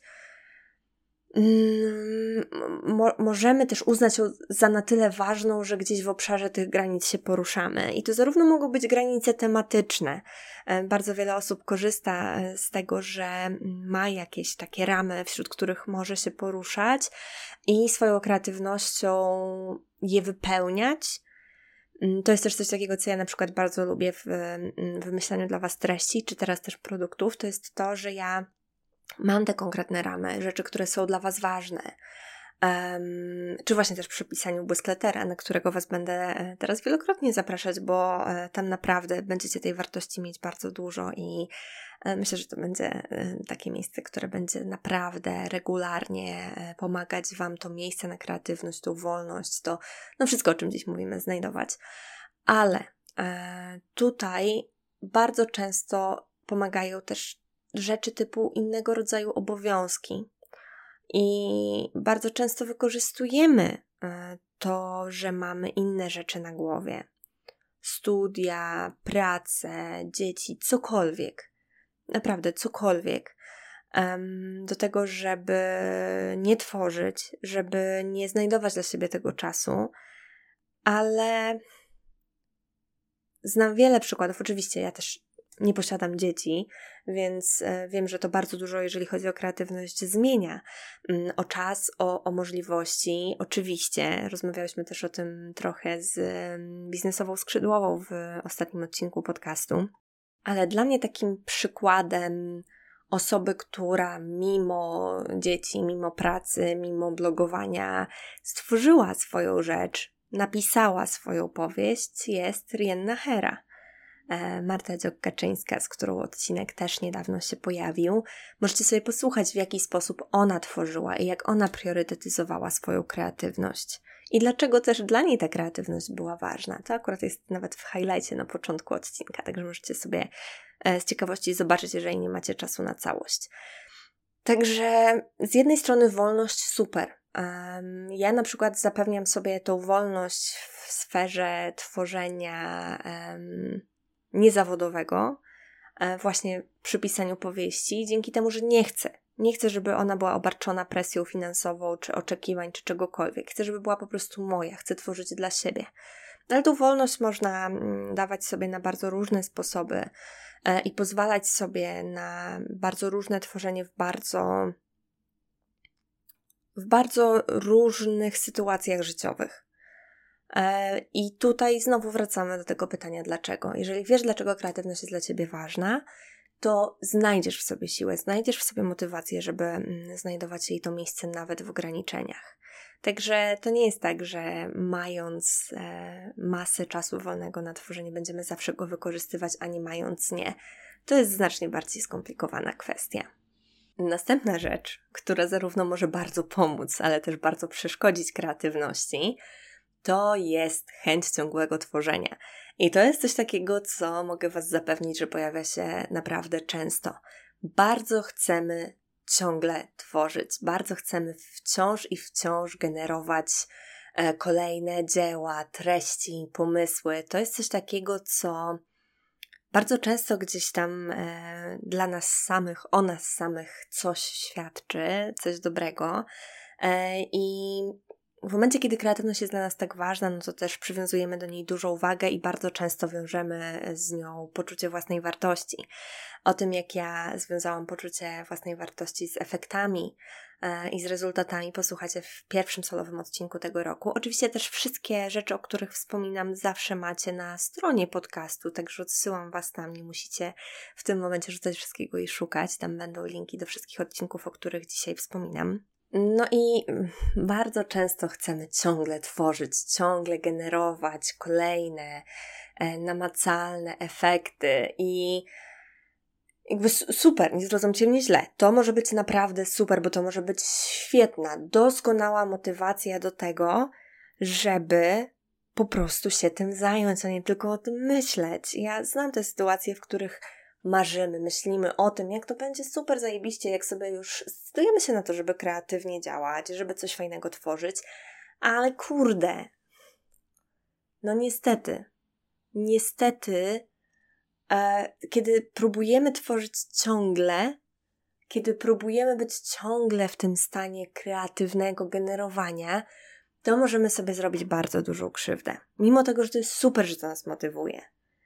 mm, mo- możemy też uznać ją za na tyle ważną, że gdzieś w obszarze tych granic się poruszamy. I to zarówno mogą być granice tematyczne. Bardzo wiele osób korzysta z tego, że ma jakieś takie ramy, wśród których może się poruszać i swoją kreatywnością je wypełniać. To jest też coś takiego, co ja na przykład bardzo lubię w wymyślaniu dla Was treści, czy teraz też produktów. To jest to, że ja mam te konkretne ramy, rzeczy, które są dla Was ważne. Um, czy właśnie też przy pisaniu Błyskletera, na którego Was będę teraz wielokrotnie zapraszać, bo tam naprawdę będziecie tej wartości mieć bardzo dużo i myślę, że to będzie takie miejsce, które będzie naprawdę regularnie pomagać Wam to miejsce na kreatywność, tą wolność, to no wszystko, o czym dziś mówimy, znajdować. Ale e, tutaj bardzo często pomagają też rzeczy typu innego rodzaju obowiązki. I bardzo często wykorzystujemy to, że mamy inne rzeczy na głowie. Studia, pracę, dzieci, cokolwiek. Naprawdę cokolwiek. Do tego, żeby nie tworzyć, żeby nie znajdować dla siebie tego czasu. Ale znam wiele przykładów. Oczywiście ja też nie posiadam dzieci, więc wiem, że to bardzo dużo, jeżeli chodzi o kreatywność, zmienia. O czas, o, o możliwości. Oczywiście rozmawiałyśmy też o tym trochę z biznesową skrzydłową w ostatnim odcinku podcastu. Ale dla mnie takim przykładem osoby, która mimo dzieci, mimo pracy, mimo blogowania stworzyła swoją rzecz, napisała swoją powieść, jest Rienna Hera. Marta Dziok-Kaczyńska, z którą odcinek też niedawno się pojawił. Możecie sobie posłuchać, w jaki sposób ona tworzyła i jak ona priorytetyzowała swoją kreatywność. I dlaczego też dla niej ta kreatywność była ważna. To akurat jest nawet w highlightie na początku odcinka, także możecie sobie z ciekawości zobaczyć, jeżeli nie macie czasu na całość. Także z jednej strony wolność super. Um, ja na przykład zapewniam sobie tą wolność w sferze tworzenia um, niezawodowego, właśnie przy pisaniu powieści, dzięki temu, że nie chcę. Nie chcę, żeby ona była obarczona presją finansową, czy oczekiwań, czy czegokolwiek. Chcę, żeby była po prostu moja. Chcę tworzyć dla siebie. Ale tą wolność można dawać sobie na bardzo różne sposoby i pozwalać sobie na bardzo różne tworzenie w bardzo, w bardzo różnych sytuacjach życiowych. I tutaj znowu wracamy do tego pytania dlaczego. Jeżeli wiesz, dlaczego kreatywność jest dla Ciebie ważna, to znajdziesz w sobie siłę, znajdziesz w sobie motywację, żeby znajdować jej to miejsce nawet w ograniczeniach. Także to nie jest tak, że mając e, masę czasu wolnego na tworzenie będziemy zawsze go wykorzystywać, a nie mając nie. To jest znacznie bardziej skomplikowana kwestia. Następna rzecz, która zarówno może bardzo pomóc, ale też bardzo przeszkodzić kreatywności, to jest chęć ciągłego tworzenia. I to jest coś takiego, co mogę Was zapewnić, że pojawia się naprawdę często. Bardzo chcemy ciągle tworzyć, bardzo chcemy wciąż i wciąż generować e, kolejne dzieła, treści, pomysły. To jest coś takiego, co bardzo często gdzieś tam e, dla nas samych, o nas samych coś świadczy, coś dobrego. E, I w momencie, kiedy kreatywność jest dla nas tak ważna, no to też przywiązujemy do niej dużą uwagę i bardzo często wiążemy z nią poczucie własnej wartości. O tym, jak ja związałam poczucie własnej wartości z efektami e, i z rezultatami, posłuchajcie w pierwszym solowym odcinku tego roku. Oczywiście też wszystkie rzeczy, o których wspominam, zawsze macie na stronie podcastu, także odsyłam Was tam, nie musicie w tym momencie rzucać wszystkiego i szukać. Tam będą linki do wszystkich odcinków, o których dzisiaj wspominam. No i bardzo często chcemy ciągle tworzyć, ciągle generować kolejne e, namacalne efekty i jakby super, nie zrozumcie mnie źle. To może być naprawdę super, bo to może być świetna, doskonała motywacja do tego, żeby po prostu się tym zająć, a nie tylko o tym myśleć. Ja znam te sytuacje, w których marzymy, myślimy o tym, jak to będzie super zajebiście, jak sobie już zdecydujemy się na to, żeby kreatywnie działać, żeby coś fajnego tworzyć, ale kurde, no niestety, niestety, e, kiedy próbujemy tworzyć ciągle, kiedy próbujemy być ciągle w tym stanie kreatywnego generowania, to możemy sobie zrobić bardzo dużą krzywdę. Mimo tego, że to jest super, że to nas motywuje.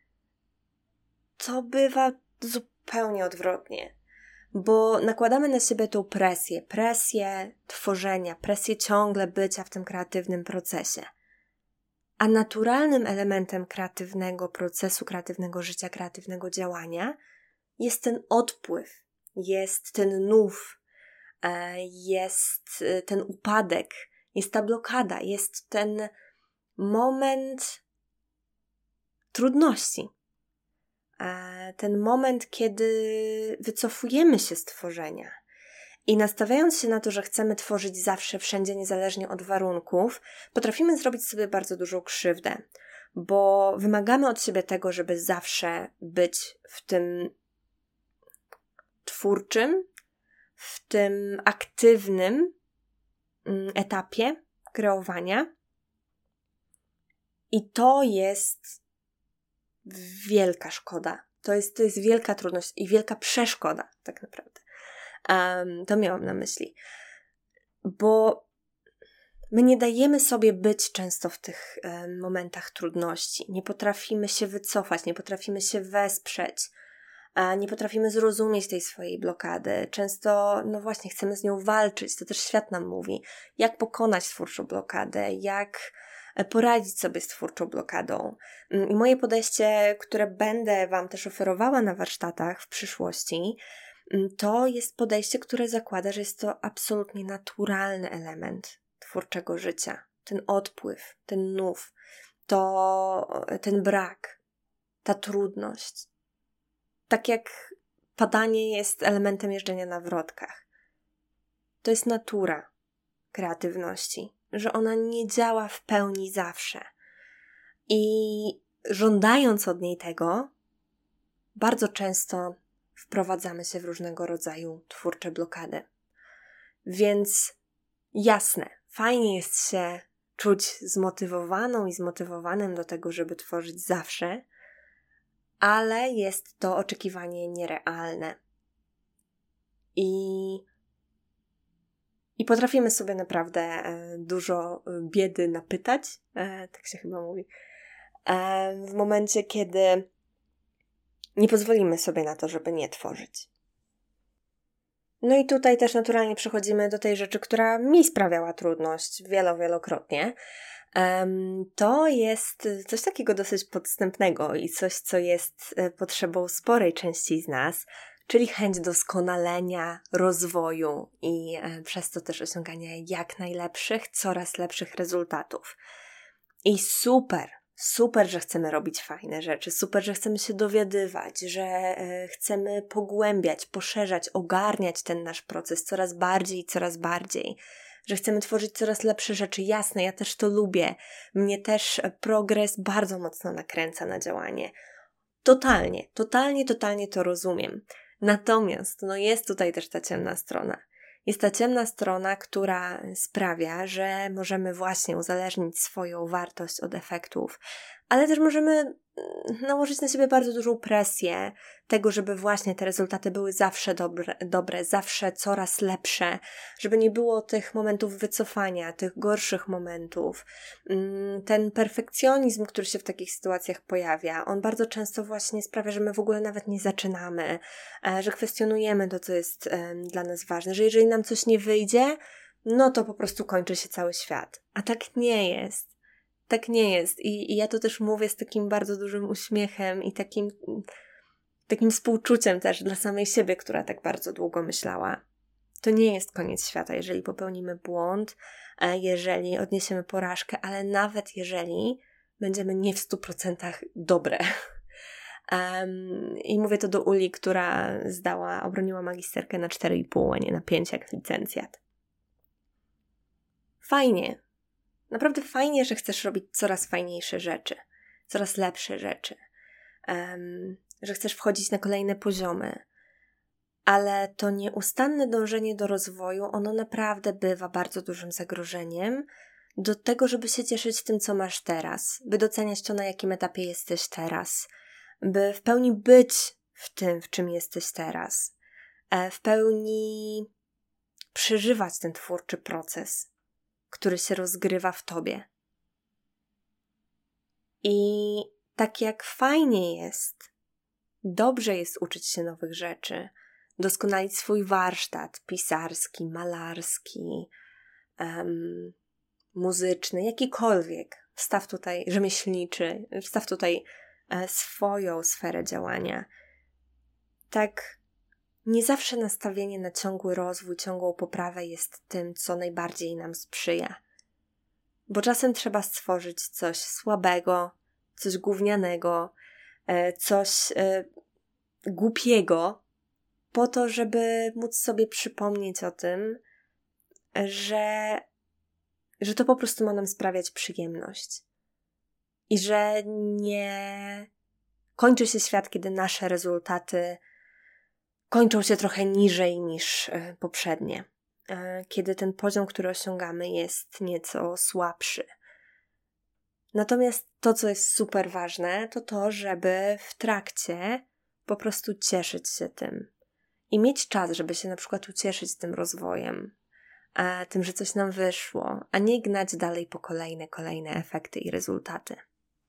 To bywa zupełnie odwrotnie, bo nakładamy na siebie tą presję, presję tworzenia, presję ciągle bycia w tym kreatywnym procesie. A naturalnym elementem kreatywnego procesu, kreatywnego życia, kreatywnego działania jest ten odpływ, jest ten nów, jest ten upadek, jest ta blokada, jest ten moment trudności. Ten moment, kiedy wycofujemy się z tworzenia. I nastawiając się na to, że chcemy tworzyć zawsze, wszędzie, niezależnie od warunków, potrafimy zrobić sobie bardzo dużą krzywdę, bo wymagamy od siebie tego, żeby zawsze być w tym twórczym, w tym aktywnym etapie kreowania. I to jest wielka szkoda. To jest, to jest wielka trudność i wielka przeszkoda, tak naprawdę. Um, to miałam na myśli. Bo my nie dajemy sobie być często w tych um, momentach trudności. Nie potrafimy się wycofać, nie potrafimy się wesprzeć, a nie potrafimy zrozumieć tej swojej blokady. Często, no właśnie, chcemy z nią walczyć. To też świat nam mówi, jak pokonać twórczą blokadę, jak poradzić sobie z twórczą blokadą. I moje podejście, które będę Wam też oferowała na warsztatach w przyszłości, to jest podejście, które zakłada, że jest to absolutnie naturalny element twórczego życia. Ten odpływ, ten nów, to ten brak, ta trudność. Tak jak padanie jest elementem jeżdżenia na wrotkach. To jest natura kreatywności, że ona nie działa w pełni zawsze. I żądając od niej tego, bardzo często wprowadzamy się w różnego rodzaju twórcze blokady. Więc jasne, fajnie jest się czuć zmotywowaną i zmotywowanym do tego, żeby tworzyć zawsze, ale jest to oczekiwanie nierealne. I, i potrafimy sobie naprawdę e, dużo biedy napytać, e, tak się chyba mówi, e, w momencie, kiedy nie pozwolimy sobie na to, żeby nie tworzyć. No i tutaj też naturalnie przechodzimy do tej rzeczy, która mi sprawiała trudność wielo, wielokrotnie. Um, to jest coś takiego dosyć podstępnego i coś, co jest potrzebą sporej części z nas, czyli chęć doskonalenia, rozwoju i e, przez to też osiągania jak najlepszych, coraz lepszych rezultatów. I super, super, że chcemy robić fajne rzeczy, super, że chcemy się dowiadywać, że e, chcemy pogłębiać, poszerzać, ogarniać ten nasz proces coraz bardziej i coraz bardziej, że chcemy tworzyć coraz lepsze rzeczy. Jasne, ja też to lubię. Mnie też progres bardzo mocno nakręca na działanie. Totalnie, totalnie, totalnie to rozumiem. Natomiast no jest tutaj też ta ciemna strona. Jest ta ciemna strona, która sprawia, że możemy właśnie uzależnić swoją wartość od efektów, ale też możemy nałożyć na siebie bardzo dużą presję tego, żeby właśnie te rezultaty były zawsze dobre, dobre, zawsze coraz lepsze, żeby nie było tych momentów wycofania, tych gorszych momentów. Ten perfekcjonizm, który się w takich sytuacjach pojawia, on bardzo często właśnie sprawia, że my w ogóle nawet nie zaczynamy, że kwestionujemy to, co jest dla nas ważne, że jeżeli nam coś nie wyjdzie, no to po prostu kończy się cały świat. A tak nie jest. Tak nie jest. I, I ja to też mówię z takim bardzo dużym uśmiechem i takim, takim współczuciem też dla samej siebie, która tak bardzo długo myślała. To nie jest koniec świata, jeżeli popełnimy błąd, jeżeli odniesiemy porażkę, ale nawet jeżeli będziemy nie w stu procentach dobre. Um, I mówię to do Uli, która zdała, obroniła magisterkę na cztery i pół, a nie na pięć jak licencjat. Fajnie. Naprawdę fajnie, że chcesz robić coraz fajniejsze rzeczy, coraz lepsze rzeczy, um, że chcesz wchodzić na kolejne poziomy, ale to nieustanne dążenie do rozwoju, ono naprawdę bywa bardzo dużym zagrożeniem do tego, żeby się cieszyć tym, co masz teraz, by doceniać to, na jakim etapie jesteś teraz, by w pełni być w tym, w czym jesteś teraz, w pełni przeżywać ten twórczy proces, który się rozgrywa w tobie. I tak jak fajnie jest, dobrze jest uczyć się nowych rzeczy, doskonalić swój warsztat pisarski, malarski, um, muzyczny, jakikolwiek, wstaw tutaj rzemieślniczy, wstaw tutaj e, swoją sferę działania. Tak nie zawsze nastawienie na ciągły rozwój, ciągłą poprawę jest tym, co najbardziej nam sprzyja. Bo czasem trzeba stworzyć coś słabego, coś gównianego, coś głupiego, po to, żeby móc sobie przypomnieć o tym, że, że to po prostu ma nam sprawiać przyjemność. I że nie kończy się świat, kiedy nasze rezultaty kończą się trochę niżej niż poprzednie. Kiedy ten poziom, który osiągamy, jest nieco słabszy. Natomiast to, co jest super ważne, to to, żeby w trakcie po prostu cieszyć się tym. I mieć czas, żeby się na przykład ucieszyć tym rozwojem, a tym, że coś nam wyszło, a nie gnać dalej po kolejne, kolejne efekty i rezultaty.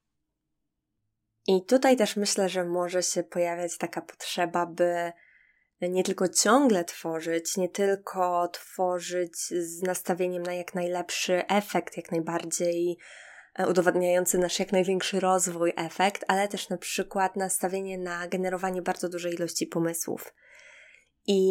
I tutaj też myślę, że może się pojawiać taka potrzeba, by nie tylko ciągle tworzyć, nie tylko tworzyć z nastawieniem na jak najlepszy efekt, jak najbardziej udowadniający nasz jak największy rozwój efekt, ale też na przykład nastawienie na generowanie bardzo dużej ilości pomysłów. I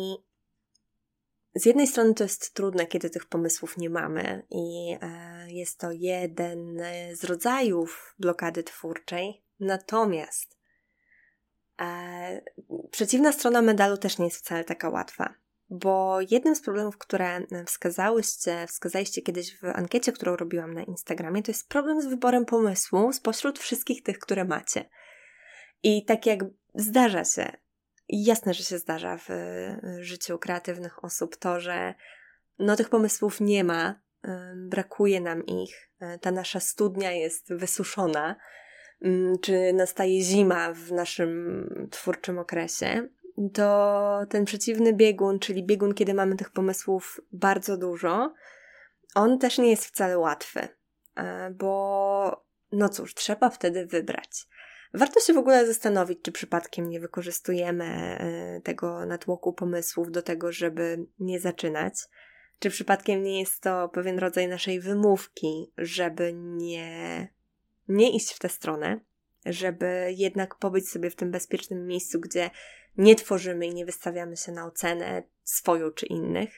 z jednej strony to jest trudne, kiedy tych pomysłów nie mamy i jest to jeden z rodzajów blokady twórczej, natomiast e, przeciwna strona medalu też nie jest wcale taka łatwa, bo jednym z problemów, które wskazałyście, wskazaliście kiedyś w ankiecie, którą robiłam na Instagramie, to jest problem z wyborem pomysłu spośród wszystkich tych, które macie. I tak jak zdarza się, jasne, że się zdarza w życiu kreatywnych osób to, że no tych pomysłów nie ma, brakuje nam ich, ta nasza studnia jest wysuszona, czy nastaje zima w naszym twórczym okresie, to ten przeciwny biegun, czyli biegun, kiedy mamy tych pomysłów bardzo dużo, on też nie jest wcale łatwy, bo no cóż, trzeba wtedy wybrać. Warto się w ogóle zastanowić, czy przypadkiem nie wykorzystujemy tego natłoku pomysłów do tego, żeby nie zaczynać. Czy przypadkiem nie jest to pewien rodzaj naszej wymówki, żeby nie, nie iść w tę stronę, żeby jednak pobyć sobie w tym bezpiecznym miejscu, gdzie nie tworzymy i nie wystawiamy się na ocenę swoją czy innych.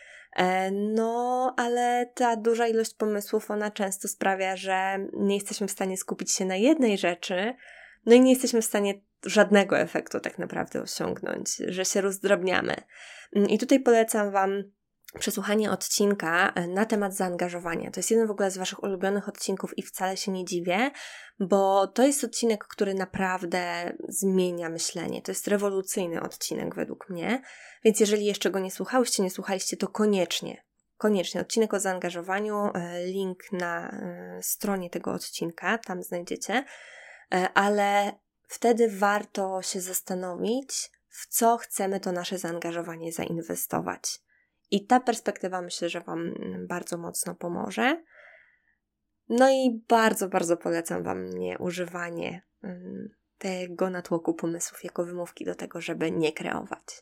No, ale ta duża ilość pomysłów, ona często sprawia, że nie jesteśmy w stanie skupić się na jednej rzeczy, no i nie jesteśmy w stanie żadnego efektu tak naprawdę osiągnąć, że się rozdrabniamy. I tutaj polecam Wam przesłuchanie odcinka na temat zaangażowania. To jest jeden w ogóle z Waszych ulubionych odcinków i wcale się nie dziwię, bo to jest odcinek, który naprawdę zmienia myślenie. To jest rewolucyjny odcinek według mnie, więc jeżeli jeszcze go nie słuchałyście, nie słuchaliście, to koniecznie, koniecznie odcinek o zaangażowaniu, link na stronie tego odcinka, tam znajdziecie, ale wtedy warto się zastanowić, w co chcemy to nasze zaangażowanie zainwestować. I ta perspektywa myślę, że Wam bardzo mocno pomoże. No i bardzo, bardzo polecam Wam nie używanie tego natłoku pomysłów jako wymówki do tego, żeby nie kreować.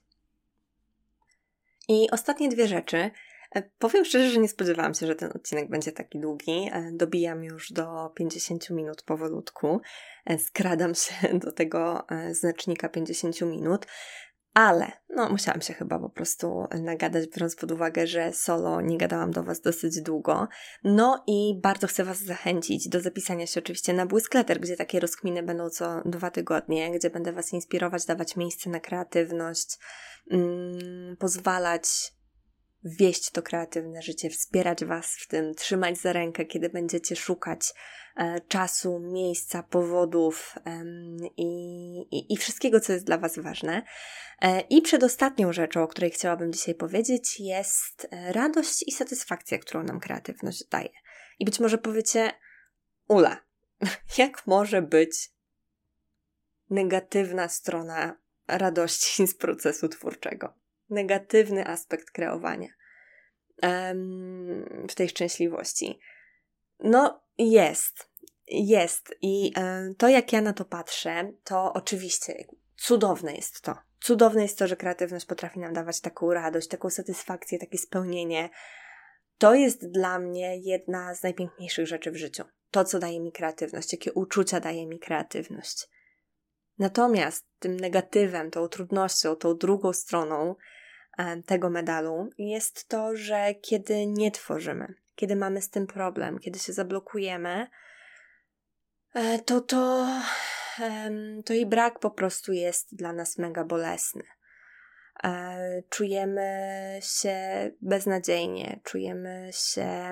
I ostatnie dwie rzeczy. Powiem szczerze, że nie spodziewałam się, że ten odcinek będzie taki długi. Dobijam już do pięćdziesięciu minut powolutku. Skradam się do tego znacznika pięćdziesięciu minut. Ale, no musiałam się chyba po prostu nagadać, biorąc pod uwagę, że solo nie gadałam do Was dosyć długo. No i bardzo chcę Was zachęcić do zapisania się oczywiście na Błyskletter, gdzie takie rozkminy będą co dwa tygodnie, gdzie będę Was inspirować, dawać miejsce na kreatywność, mm, pozwalać wieść to kreatywne życie, wspierać Was w tym, trzymać za rękę, kiedy będziecie szukać e, czasu, miejsca, powodów e, i, i wszystkiego, co jest dla Was ważne. E, I przedostatnią rzeczą, o której chciałabym dzisiaj powiedzieć, jest radość i satysfakcja, którą nam kreatywność daje. I być może powiecie, Ula, jak może być negatywna strona radości z procesu twórczego? Negatywny aspekt kreowania um, w tej szczęśliwości. No jest, jest i um, to jak ja na to patrzę, to oczywiście cudowne jest to. Cudowne jest to, że kreatywność potrafi nam dawać taką radość, taką satysfakcję, takie spełnienie. To jest dla mnie jedna z najpiękniejszych rzeczy w życiu. To, co daje mi kreatywność, jakie uczucia daje mi kreatywność. Natomiast tym negatywem, tą trudnością, tą drugą stroną tego medalu jest to, że kiedy nie tworzymy, kiedy mamy z tym problem, kiedy się zablokujemy, to to, to jej brak po prostu jest dla nas mega bolesny. Czujemy się beznadziejnie, czujemy się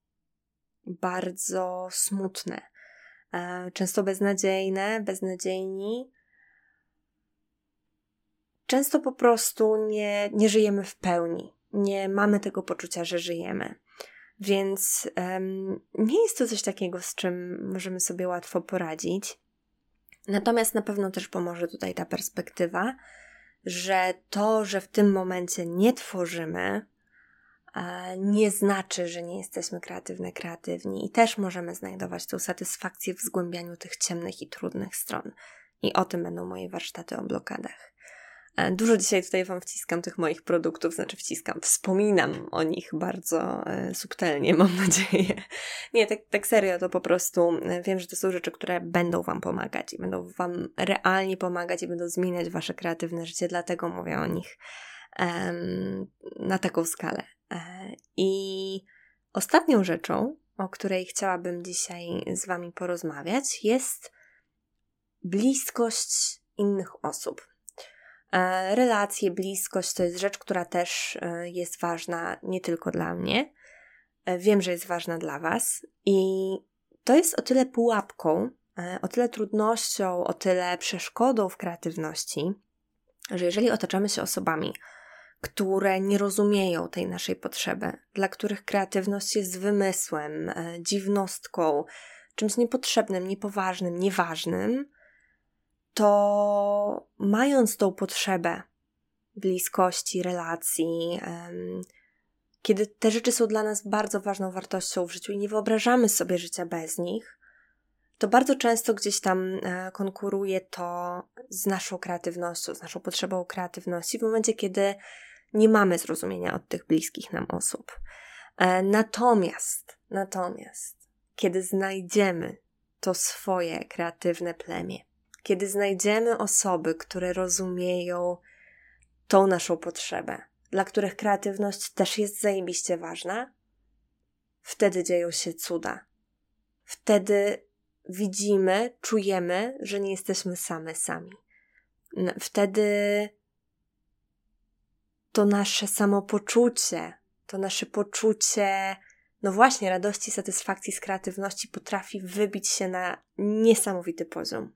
bardzo smutne, często beznadziejne, beznadziejni. Często po prostu nie, nie żyjemy w pełni, nie mamy tego poczucia, że żyjemy. Więc um, nie jest to coś takiego, z czym możemy sobie łatwo poradzić. Natomiast na pewno też pomoże tutaj ta perspektywa, że to, że w tym momencie nie tworzymy, nie znaczy, że nie jesteśmy kreatywne, kreatywni i też możemy znajdować tą satysfakcję w zgłębianiu tych ciemnych i trudnych stron. I o tym będą moje warsztaty o blokadach. Dużo dzisiaj tutaj Wam wciskam tych moich produktów, znaczy wciskam, wspominam o nich bardzo e, subtelnie, mam nadzieję. Nie, tak, tak serio, to po prostu e, wiem, że to są rzeczy, które będą Wam pomagać i będą Wam realnie pomagać i będą zmieniać Wasze kreatywne życie, dlatego mówię o nich e, na taką skalę. E, I ostatnią rzeczą, o której chciałabym dzisiaj z Wami porozmawiać, jest bliskość innych osób. Relacje, bliskość to jest rzecz, która też jest ważna nie tylko dla mnie. Wiem, że jest ważna dla Was i to jest o tyle pułapką, o tyle trudnością, o tyle przeszkodą w kreatywności, że jeżeli otaczamy się osobami, które nie rozumieją tej naszej potrzeby, dla których kreatywność jest wymysłem, dziwnostką, czymś niepotrzebnym, niepoważnym, nieważnym, to mając tą potrzebę bliskości, relacji, um, kiedy te rzeczy są dla nas bardzo ważną wartością w życiu i nie wyobrażamy sobie życia bez nich, to bardzo często gdzieś tam e, konkuruje to z naszą kreatywnością, z naszą potrzebą kreatywności w momencie, kiedy nie mamy zrozumienia od tych bliskich nam osób. E, natomiast, natomiast, kiedy znajdziemy to swoje kreatywne plemię, kiedy znajdziemy osoby, które rozumieją tą naszą potrzebę, dla których kreatywność też jest zajebiście ważna, wtedy dzieją się cuda. Wtedy widzimy, czujemy, że nie jesteśmy same sami. Wtedy to nasze samopoczucie, to nasze poczucie, no właśnie, radości, satysfakcji z kreatywności potrafi wybić się na niesamowity poziom.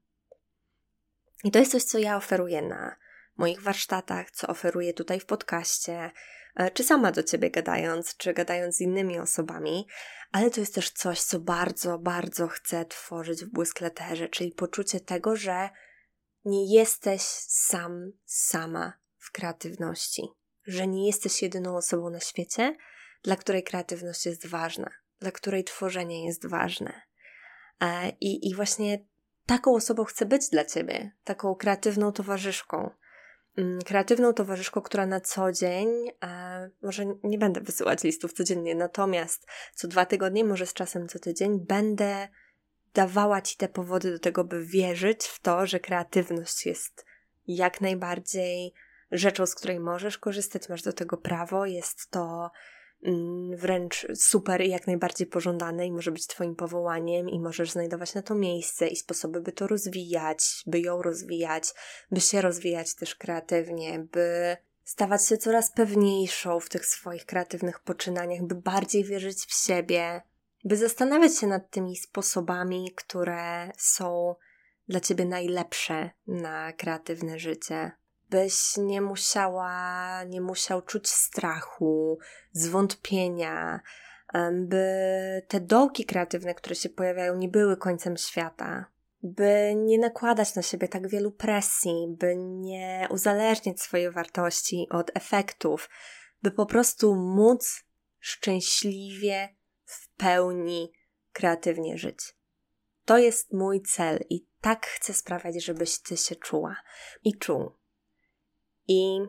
I to jest coś, co ja oferuję na moich warsztatach, co oferuję tutaj w podcaście, czy sama do Ciebie gadając, czy gadając z innymi osobami, ale to jest też coś, co bardzo, bardzo chcę tworzyć w Błyskleterze, czyli poczucie tego, że nie jesteś sam, sama w kreatywności, że nie jesteś jedyną osobą na świecie, dla której kreatywność jest ważna, dla której tworzenie jest ważne. I, i właśnie taką osobą chcę być dla Ciebie, taką kreatywną towarzyszką. Kreatywną towarzyszką, która na co dzień, e, może nie będę wysyłać listów codziennie, natomiast co dwa tygodnie, może z czasem co tydzień, będę dawała Ci te powody do tego, by wierzyć w to, że kreatywność jest jak najbardziej rzeczą, z której możesz korzystać, masz do tego prawo, jest to wręcz super i jak najbardziej pożądane i może być Twoim powołaniem i możesz znajdować na to miejsce i sposoby, by to rozwijać, by ją rozwijać, by się rozwijać też kreatywnie, by stawać się coraz pewniejszą w tych swoich kreatywnych poczynaniach, by bardziej wierzyć w siebie, by zastanawiać się nad tymi sposobami, które są dla Ciebie najlepsze na kreatywne życie. Byś nie musiała, nie musiał czuć strachu, zwątpienia, by te dołki kreatywne, które się pojawiają, nie były końcem świata, by nie nakładać na siebie tak wielu presji, by nie uzależniać swojej wartości od efektów, by po prostu móc szczęśliwie, w pełni, kreatywnie żyć. To jest mój cel i tak chcę sprawiać, żebyś Ty się czuła i czuł. I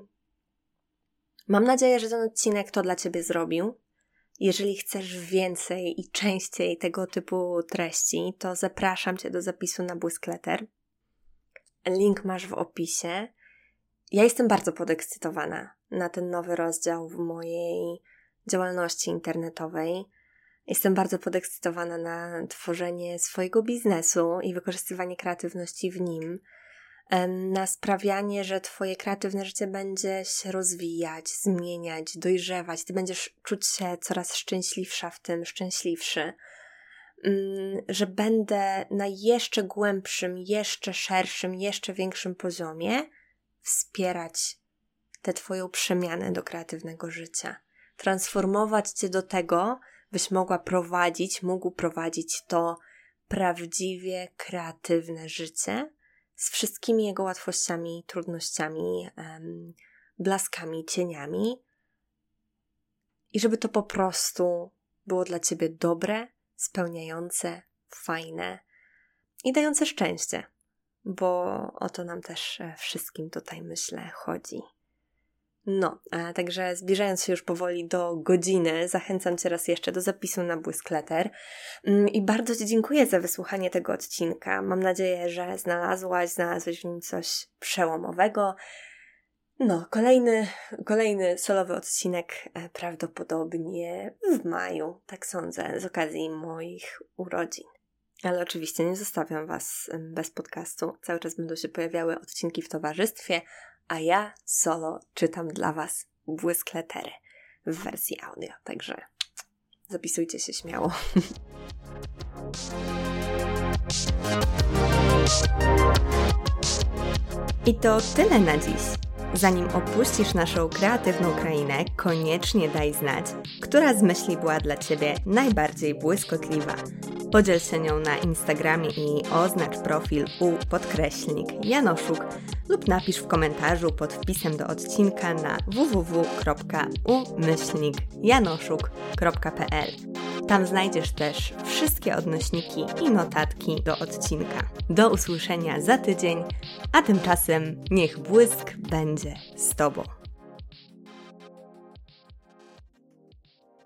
mam nadzieję, że ten odcinek to dla Ciebie zrobił. Jeżeli chcesz więcej i częściej tego typu treści, to zapraszam Cię do zapisu na Błyskleter. Link masz w opisie. Ja jestem bardzo podekscytowana na ten nowy rozdział w mojej działalności internetowej. Jestem bardzo podekscytowana na tworzenie swojego biznesu i wykorzystywanie kreatywności w nim, na sprawianie, że Twoje kreatywne życie będzie się rozwijać, zmieniać, dojrzewać. Ty będziesz czuć się coraz szczęśliwsza w tym, szczęśliwszy. Że będę na jeszcze głębszym, jeszcze szerszym, jeszcze większym poziomie wspierać tę Twoją przemianę do kreatywnego życia. Transformować Cię do tego, byś mogła prowadzić, mógł prowadzić to prawdziwie kreatywne życie z wszystkimi jego łatwościami, trudnościami, em, blaskami, cieniami i żeby to po prostu było dla Ciebie dobre, spełniające, fajne i dające szczęście, bo o to nam też wszystkim tutaj, myślę, chodzi. No, a także zbliżając się już powoli do godziny, zachęcam Cię raz jeszcze do zapisu na Błyskletter i bardzo Ci dziękuję za wysłuchanie tego odcinka. Mam nadzieję, że znalazłaś, znalazłeś w nim coś przełomowego. No, kolejny, kolejny solowy odcinek prawdopodobnie w maju, tak sądzę, z okazji moich urodzin. Ale oczywiście nie zostawiam Was bez podcastu. Cały czas będą się pojawiały odcinki w towarzystwie, a ja solo czytam dla Was Błysklettery w wersji audio. Także zapisujcie się śmiało. I to tyle na dziś. Zanim opuścisz naszą kreatywną krainę, koniecznie daj znać, która z myśli była dla Ciebie najbardziej błyskotliwa. Podziel się nią na Instagramie i oznacz profil u podkreślnik Janoszuk lub napisz w komentarzu pod wpisem do odcinka na w w w kropka u myślnik janoszuk kropka p l. Tam znajdziesz też wszystkie odnośniki i notatki do odcinka. Do usłyszenia za tydzień, a tymczasem niech błysk będzie z Tobą.